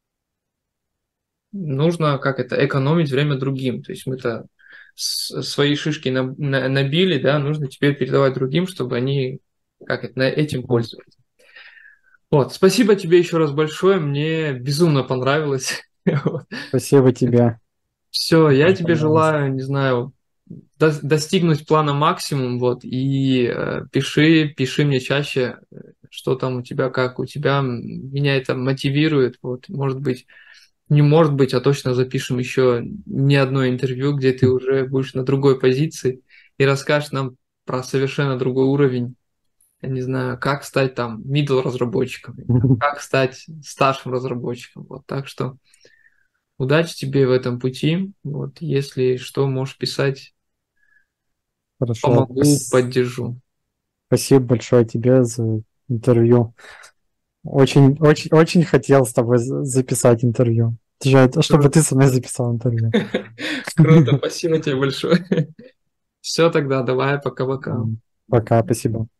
Speaker 1: нужно, как это, экономить время другим. То есть мы-то свои шишки набили, да, нужно теперь передавать другим, чтобы они, как это, этим пользовались. Вот, спасибо тебе еще раз большое, мне безумно понравилось.
Speaker 2: Спасибо тебе.
Speaker 1: Все, я
Speaker 2: Очень
Speaker 1: тебе
Speaker 2: понравилось.
Speaker 1: желаю, не знаю, достигнуть плана максимум, вот, и пиши мне чаще, что там у тебя, как у тебя, меня это мотивирует, вот, может быть, не может быть, а точно запишем еще не одно интервью, где ты уже будешь на другой позиции и расскажешь нам про совершенно другой уровень. Я не знаю, как стать там middle разработчиком, как стать старшим разработчиком. Вот, так что удачи тебе в этом пути. Вот, если что, можешь писать,
Speaker 2: Хорошо.
Speaker 1: помогу, поддержу.
Speaker 2: Спасибо большое тебе за интервью. Очень, очень, очень хотел с тобой записать интервью. Чтобы
Speaker 1: Круто,
Speaker 2: ты со мной записал интервью.
Speaker 1: круто, спасибо тебе большое. Все тогда, давай, пока-пока.
Speaker 2: Пока, спасибо.